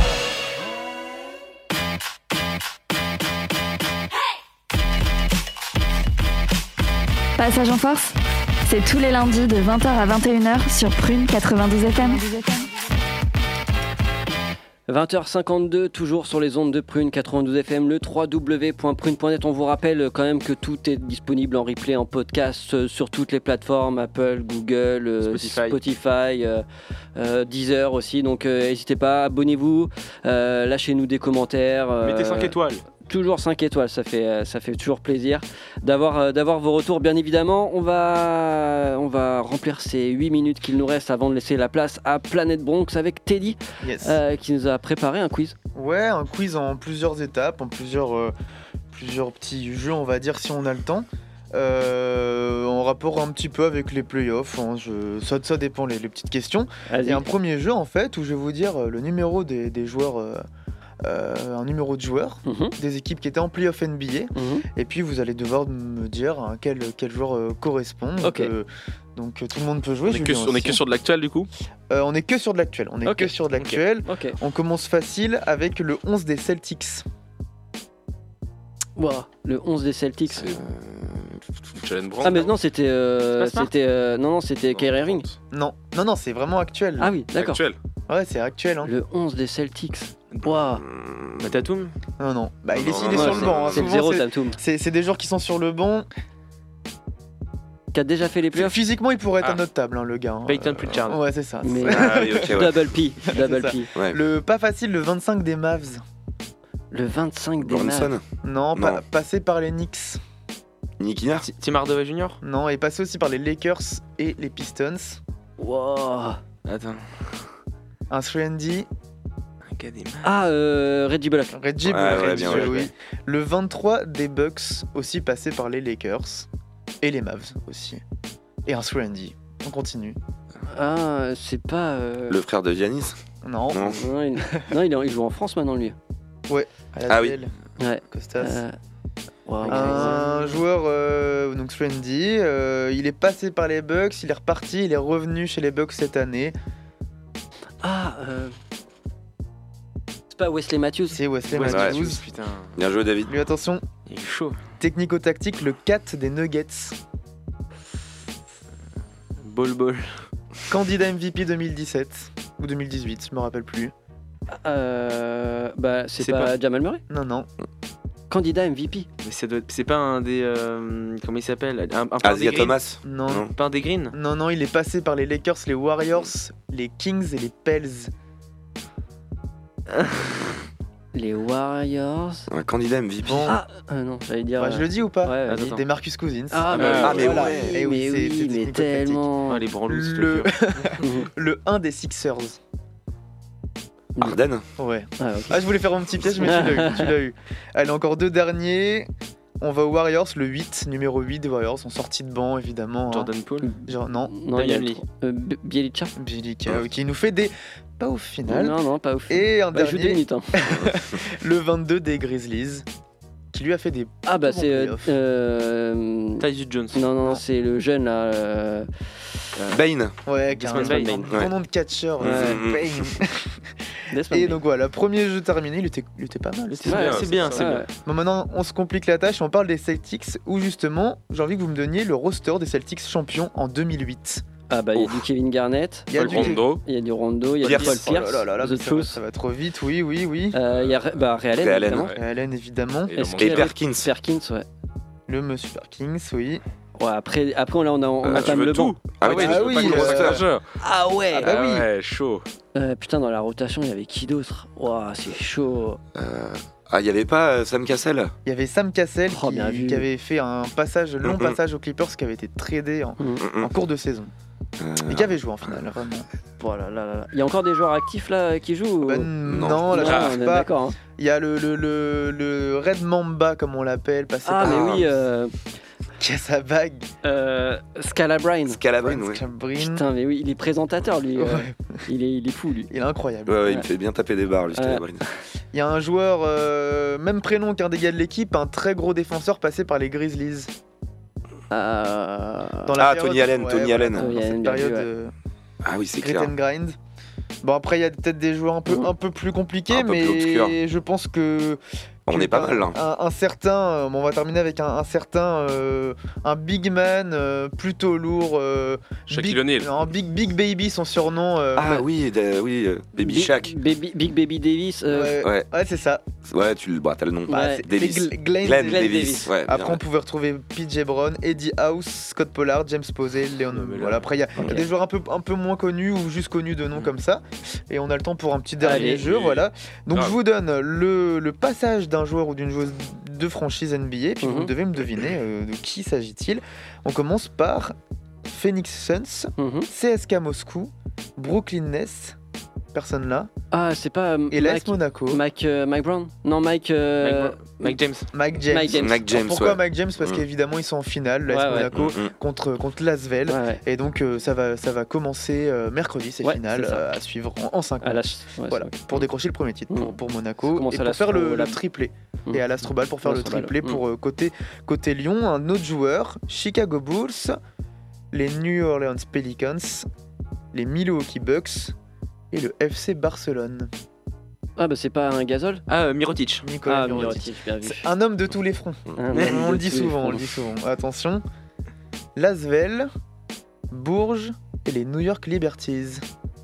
Passage en force, c'est tous les lundis de vingt heures à vingt et une heures sur Prune quatre-vingt-douze F M. vingt heures cinquante-deux, toujours sur les ondes de Prune quatre-vingt-douze F M, le w w w point prune point net. On vous rappelle quand même que tout est disponible en replay, en podcast, euh, sur toutes les plateformes, Apple, Google, euh, Spotify, Spotify euh, euh, Deezer aussi. Donc euh, n'hésitez pas, abonnez-vous, euh, lâchez-nous des commentaires. euh, Mettez cinq étoiles. Toujours cinq étoiles, ça fait, ça fait toujours plaisir d'avoir, euh, d'avoir vos retours. Bien évidemment, on va, on va remplir ces huit minutes qu'il nous reste avant de laisser la place à Planète Bronx avec Teddy, Yes. euh, qui nous a préparé un quiz. Ouais, un quiz en plusieurs étapes, en plusieurs, euh, plusieurs petits jeux, on va dire, si on a le temps. Euh, en rapport un petit peu avec les playoffs, hein, je, ça, ça dépend les, les petites questions. Vas-y. Et un premier jeu en fait où je vais vous dire euh, le numéro des, des joueurs euh, euh, un numéro de joueur, Mhm. des équipes qui étaient en playoff N B A, Mhm. et puis vous allez devoir me dire hein, quel, quel joueur euh, correspond. Donc, Ok. euh, donc euh, tout le monde peut jouer. On est, que, Julien on est aussi. que sur de l'actuel du coup. Euh, on est que sur de l'actuel. On est Ok. que sur de l'actuel. Ok. On commence facile avec le onze des Celtics. Ouah, le onze des Celtics. C'est, euh, Jalen Brown. Ah mais non, c'était euh, C'est pas Smart c'était euh, non non, c'était Kyrie Irving. Non, non, non, c'est vraiment actuel. Ah oui, d'accord. Actuel. Ouais, c'est actuel. Hein. Le onze des Celtics. Ouah. Bah, Tatum. Non, non. Bah, il est, Non, il est non, sur non, le banc. hein. C'est le Souvent, zéro c'est- Tatum. C'est c'est des joueurs qui sont sur le banc. Qui a déjà fait les playoffs. Physiquement, il pourrait être Ah. à notre table, hein, le gars. hein. Peyton Euh, Pritchard. Ouais, c'est ça. Mais Ah oui, ok, ouais. double P, double ça. P. Ouais. Le pas facile, le vingt-cinq des Mavs. Le vingt-cinq des Mavs. Bronson, Non, Non. pas- passé par les Knicks. Nicky Nurse. Ti- Tim Hardaway Junior. Non, et passé aussi par les Lakers et les Pistons. Wow. Attends. Un trois and D. Académie. Ah, euh, Reggie Bullock. Reggie Ouais, Bullock, ouais, Reggie bien, Bullock, ouais, oui. Le vingt-trois des Bucks, aussi passé par les Lakers. Et les Mavs aussi. Et un trois and D. On continue. Ah, c'est pas. euh, Le frère de Giannis. Non. Non. Non, il... non, il, est- il joue en France maintenant, lui. À la Ah oui. duel, Ouais. Costas. Euh, wow. Un joueur, euh, donc trois and D, euh, il est passé par les Bucks, il est reparti, il est revenu chez les Bucks cette année. Ah, euh... c'est pas Wesley Matthews. C'est Wesley Ouais, Matthews. Matthews, putain. Bien joué, David. Lui, attention, Il est chaud. technico-tactique, le quatre des Nuggets. Ball ball. Candidat M V P deux mille dix-sept ou deux mille dix-huit, je me rappelle plus. Euh... Bah, c'est C'est pas, pas- Jamal Murray. Non, non. Candidat M V P. Mais ça doit être- c'est pas un des. euh, Comment il s'appelle un, un, pas un des Asia Green Thomas. Non. Non. Pas un des Green. Non, non, il est passé par les Lakers, les Warriors, les Kings et les Pels. Les Warriors. Un candidat M V P. Bon, Ah, euh, non, j'allais dire. bah, je le dis ou pas Ouais, Attends. Des Marcus Cousins. Ah, Ah, bah, ah, mais voilà. ouais. Eh oui, mais c'est- oui, c'est mais technico-tactique. tellement. Ah, les branlous, Le... le le un des Sixers. Arden. Ouais. Ah, ok. Ah, je voulais faire un petit piège, mais tu l'as eu, tu l'as eu. Allez, encore deux derniers. On va aux Warriors, le huit, numéro huit des Warriors, en sortie de banc, évidemment. hein. Jordan Poole. Genre, non, Non, il y a Damian Lee. euh, B- Bielica. Bielica, qui nous fait des pas au final. Non, non, pas ouf. Et un Bah, il joue deux dernier, minutes. Hein. le vingt-deux des Grizzlies, qui lui a fait des... Ah, bah, Tout c'est. bon euh, playoff. euh, Tyus Jones. Non, non, non, c'est le jeune là. euh, Bane. Ouais, qui a un, Desmond un Bane. bon Ouais. nom de catcheur. Ouais. euh, Bane. Desmond Et Bane. donc voilà, premier jeu terminé, il était, il était pas mal. C'est Ouais, bien, c'est c'est bien, c'est Ouais, bien. ouais. Bon, maintenant, on se complique la tâche, on parle des Celtics, où justement, j'ai envie que vous me donniez le roster des Celtics champions en deux mille huit. Ah, bah, il y a Ouf. du Kevin Garnett, Il y a Paul du... Rondo. il y a du Rondo, il y a Pierce. du Paul Oh Pierce, là là là, The mais ça, va, Truth. ça va trop vite, oui, oui, oui. Euh, Il y a Re- bah, Ray Allen, Ray Allen. évidemment. Ouais. Allen, évidemment. Et le Est-ce monde- qu'il y Et avait Perkins. Perkins, ouais. Le Monsieur Perkins, oui. Ouais, après, après on, a, on, a, on Euh, entame je veux le tout. banc. Ah, Ah oui, oui, tu ah veux oui, pas euh, commencer à- Majeur. Ah ouais, Ah bah Ah oui. ouais, chaud. Euh, Putain, dans la rotation, il y avait qui d'autre? Ouah, c'est chaud. Euh, Ah, il n'y avait pas euh, Sam Cassell. Il y avait Sam Cassell Oh, qui, bien vu. qui avait fait un passage, long Mhm. passage aux Clippers qui avait été tradé en, Mm, en mm. cours de saison. Euh, Et qui avait joué en finale, vraiment. Voilà, là, là, là. Il y a encore des joueurs actifs là qui jouent ou- Bah, non, non, là, Non, je on pense est pas. d'accord. hein. Il y a le, le, le, le Red Mamba, comme on l'appelle, passé Ah, par mais oui, euh, qui a sa bague. euh, Scalabrine. Scalabrine, oui. Scalabrine. Putain, mais oui, il est présentateur lui. euh, Ouais, il, est, il est fou lui. il est incroyable. Ouais, ouais, il Ouais. me fait bien taper des barres, lui, Scalabrine. Il y a un joueur, euh, même prénom qu'un des gars de l'équipe, un très gros défenseur passé par les Grizzlies. Euh, Dans la Ah, période- Tony Allen, ouais, Tony voilà, Allen. dans Tony cette Allen, bien vu, période ouais. euh, Ah oui, c'est grit clair. and grind. Bon, après, il y a peut-être des joueurs un peu, Mhm. un peu plus compliqués, Un peu mais plus obscurs. je pense que. On que est pas un- mal, là. Un, un certain. euh, bon, on va terminer avec un, un certain. euh, un big man euh, plutôt lourd. euh, Shaquille big, O'Neal. non, big, big Baby, son surnom. euh, Ah oui, da- oui, euh, Baby Big- Shaq. Baby, Big Baby Davis. euh, ouais, Ouais, ouais, c'est ça. ouais, tu le bah, t'as le nom. Bah, Ouais. c'est- Davis. c'est Gl- Glenn, Glenn Glenn Davis. Davis. Ouais, Après, bien. on pouvait retrouver P J Brown, Eddie House, Scott Pollard, James Posey, Léon. Non, mais là- Voilà. Après, il y, a il y a Ok. des joueurs un peu, un peu moins connus ou juste connus de nom Mm. comme ça. Et on a le temps pour un petit dernier Allez. jeu. Oui. Voilà. Donc, Grave. je vous donne le, le passage d'un joueur ou d'une joueuse de franchise N B A. Puis, vous Mhm. devez me deviner euh, de qui s'agit-il. On commence par Phoenix Suns, mhm. C S K Moscou, Brooklyn Nets, personne-là. Ah, c'est pas. euh, Et l'A S Mike, Monaco. Mike, euh, Mike Brown Non, Mike. euh, Mike James. Mike James. Mike James. Mike James, Alors pourquoi ouais. Mike James Parce Mm. qu'évidemment ils sont en finale, l'A S Ouais, ouais. Monaco Mm, mm. contre, contre l'Asvel. Ouais, ouais. Et donc euh, ça, va, ça va commencer euh, mercredi, ces Ouais, finales c'est ça. euh, à suivre en, en cinq À ans. la ch- ouais, Voilà, c'est- pour décrocher le premier titre pour, Mm. pour Ça Monaco commence et à pour faire le, l'Astro- le triplé. Mm. Et à l'Astrobal pour faire le L'Astrobal. triplé Mm. pour euh, côté, côté Lyon, un autre joueur, Chicago Bulls, les New Orleans Pelicans, les Milwaukee Bucks et le F C Barcelone. Ah, bah c'est pas un gazole Ah, euh, Mirotic. Nicolas Ah, Mirotic. Mirotic, bien vu. C'est un homme de tous les fronts. Un On, homme on le de dit tous les souvent, on le fronts. dit souvent. Attention, l'Asvel, Bourges et les New York Liberties.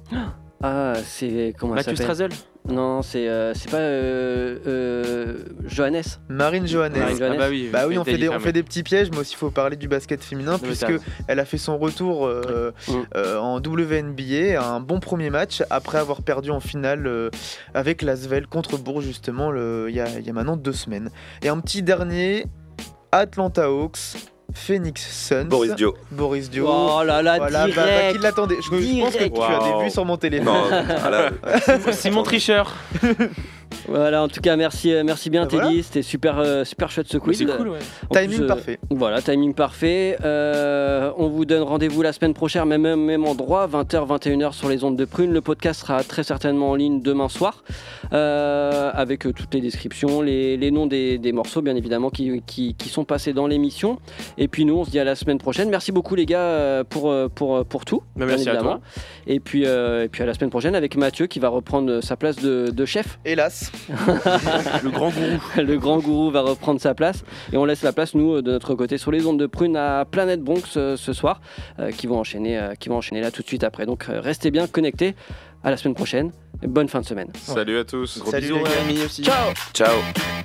Ah, c'est. Comment Mathieu ça s'appelle Strazel. Non, c'est euh, c'est pas euh, euh, Johannes. Marine Johannes. Marine Johannes. Ah bah oui. Bah oui, on T'as fait, dit des, on fermé. fait des petits pièges, mais aussi il faut parler du basket féminin, mais puisque t'as raison. elle a fait son retour euh, Mm. euh, en W N B A, un bon premier match, après avoir perdu en finale euh, avec l'Asvel contre Bourges, justement, le- il y, a, il y a maintenant deux semaines. Et un petit dernier, Atlanta Hawks, Phoenix Suns. Boris Dio. Boris Dio. Oh là là, Voilà, bah, bah, direct. qui l'attendait je, je pense que Direct. tu as des Wow. vues sur mon téléphone. Non, voilà. Simon Tricheur. Voilà, en tout cas, merci, euh, merci bien Bah, voilà. Teddy, c'était super, euh, super chouette ce quiz. C'est cool, ouais. En Timing plus, euh, parfait. Voilà, timing parfait. Euh, on vous donne rendez-vous la semaine prochaine, même, même, même endroit, vingt heures, vingt et une heures sur les ondes de Prune. Le podcast sera très certainement en ligne demain soir, euh, avec euh, toutes les descriptions, les, les noms des, des morceaux, bien évidemment, qui, qui, qui sont passés dans l'émission. Et puis nous, on se dit à la semaine prochaine. Merci beaucoup, les gars, euh, pour, euh, pour, euh, pour tout. Bah, bien merci à évidemment. toi. Et puis, euh, et puis à la semaine prochaine avec Mathieu qui va reprendre sa place de, de chef. Hélas. Le grand gourou. Le grand gourou va reprendre sa place et on laisse la place nous de notre côté sur les ondes de Prune à Planète Bronx euh, ce soir euh, qui vont enchaîner euh, qui vont enchaîner là tout de suite après. Donc euh, restez bien connectés. À la semaine prochaine. Et bonne fin de semaine. Salut à tous. Gros Salut bisous, les gars. Rémi aussi. Ciao. Ciao.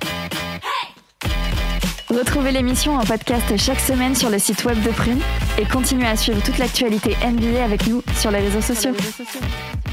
Retrouvez l'émission en podcast chaque semaine sur le site web de Prune et continuez à suivre toute l'actualité N B A avec nous sur les réseaux sociaux.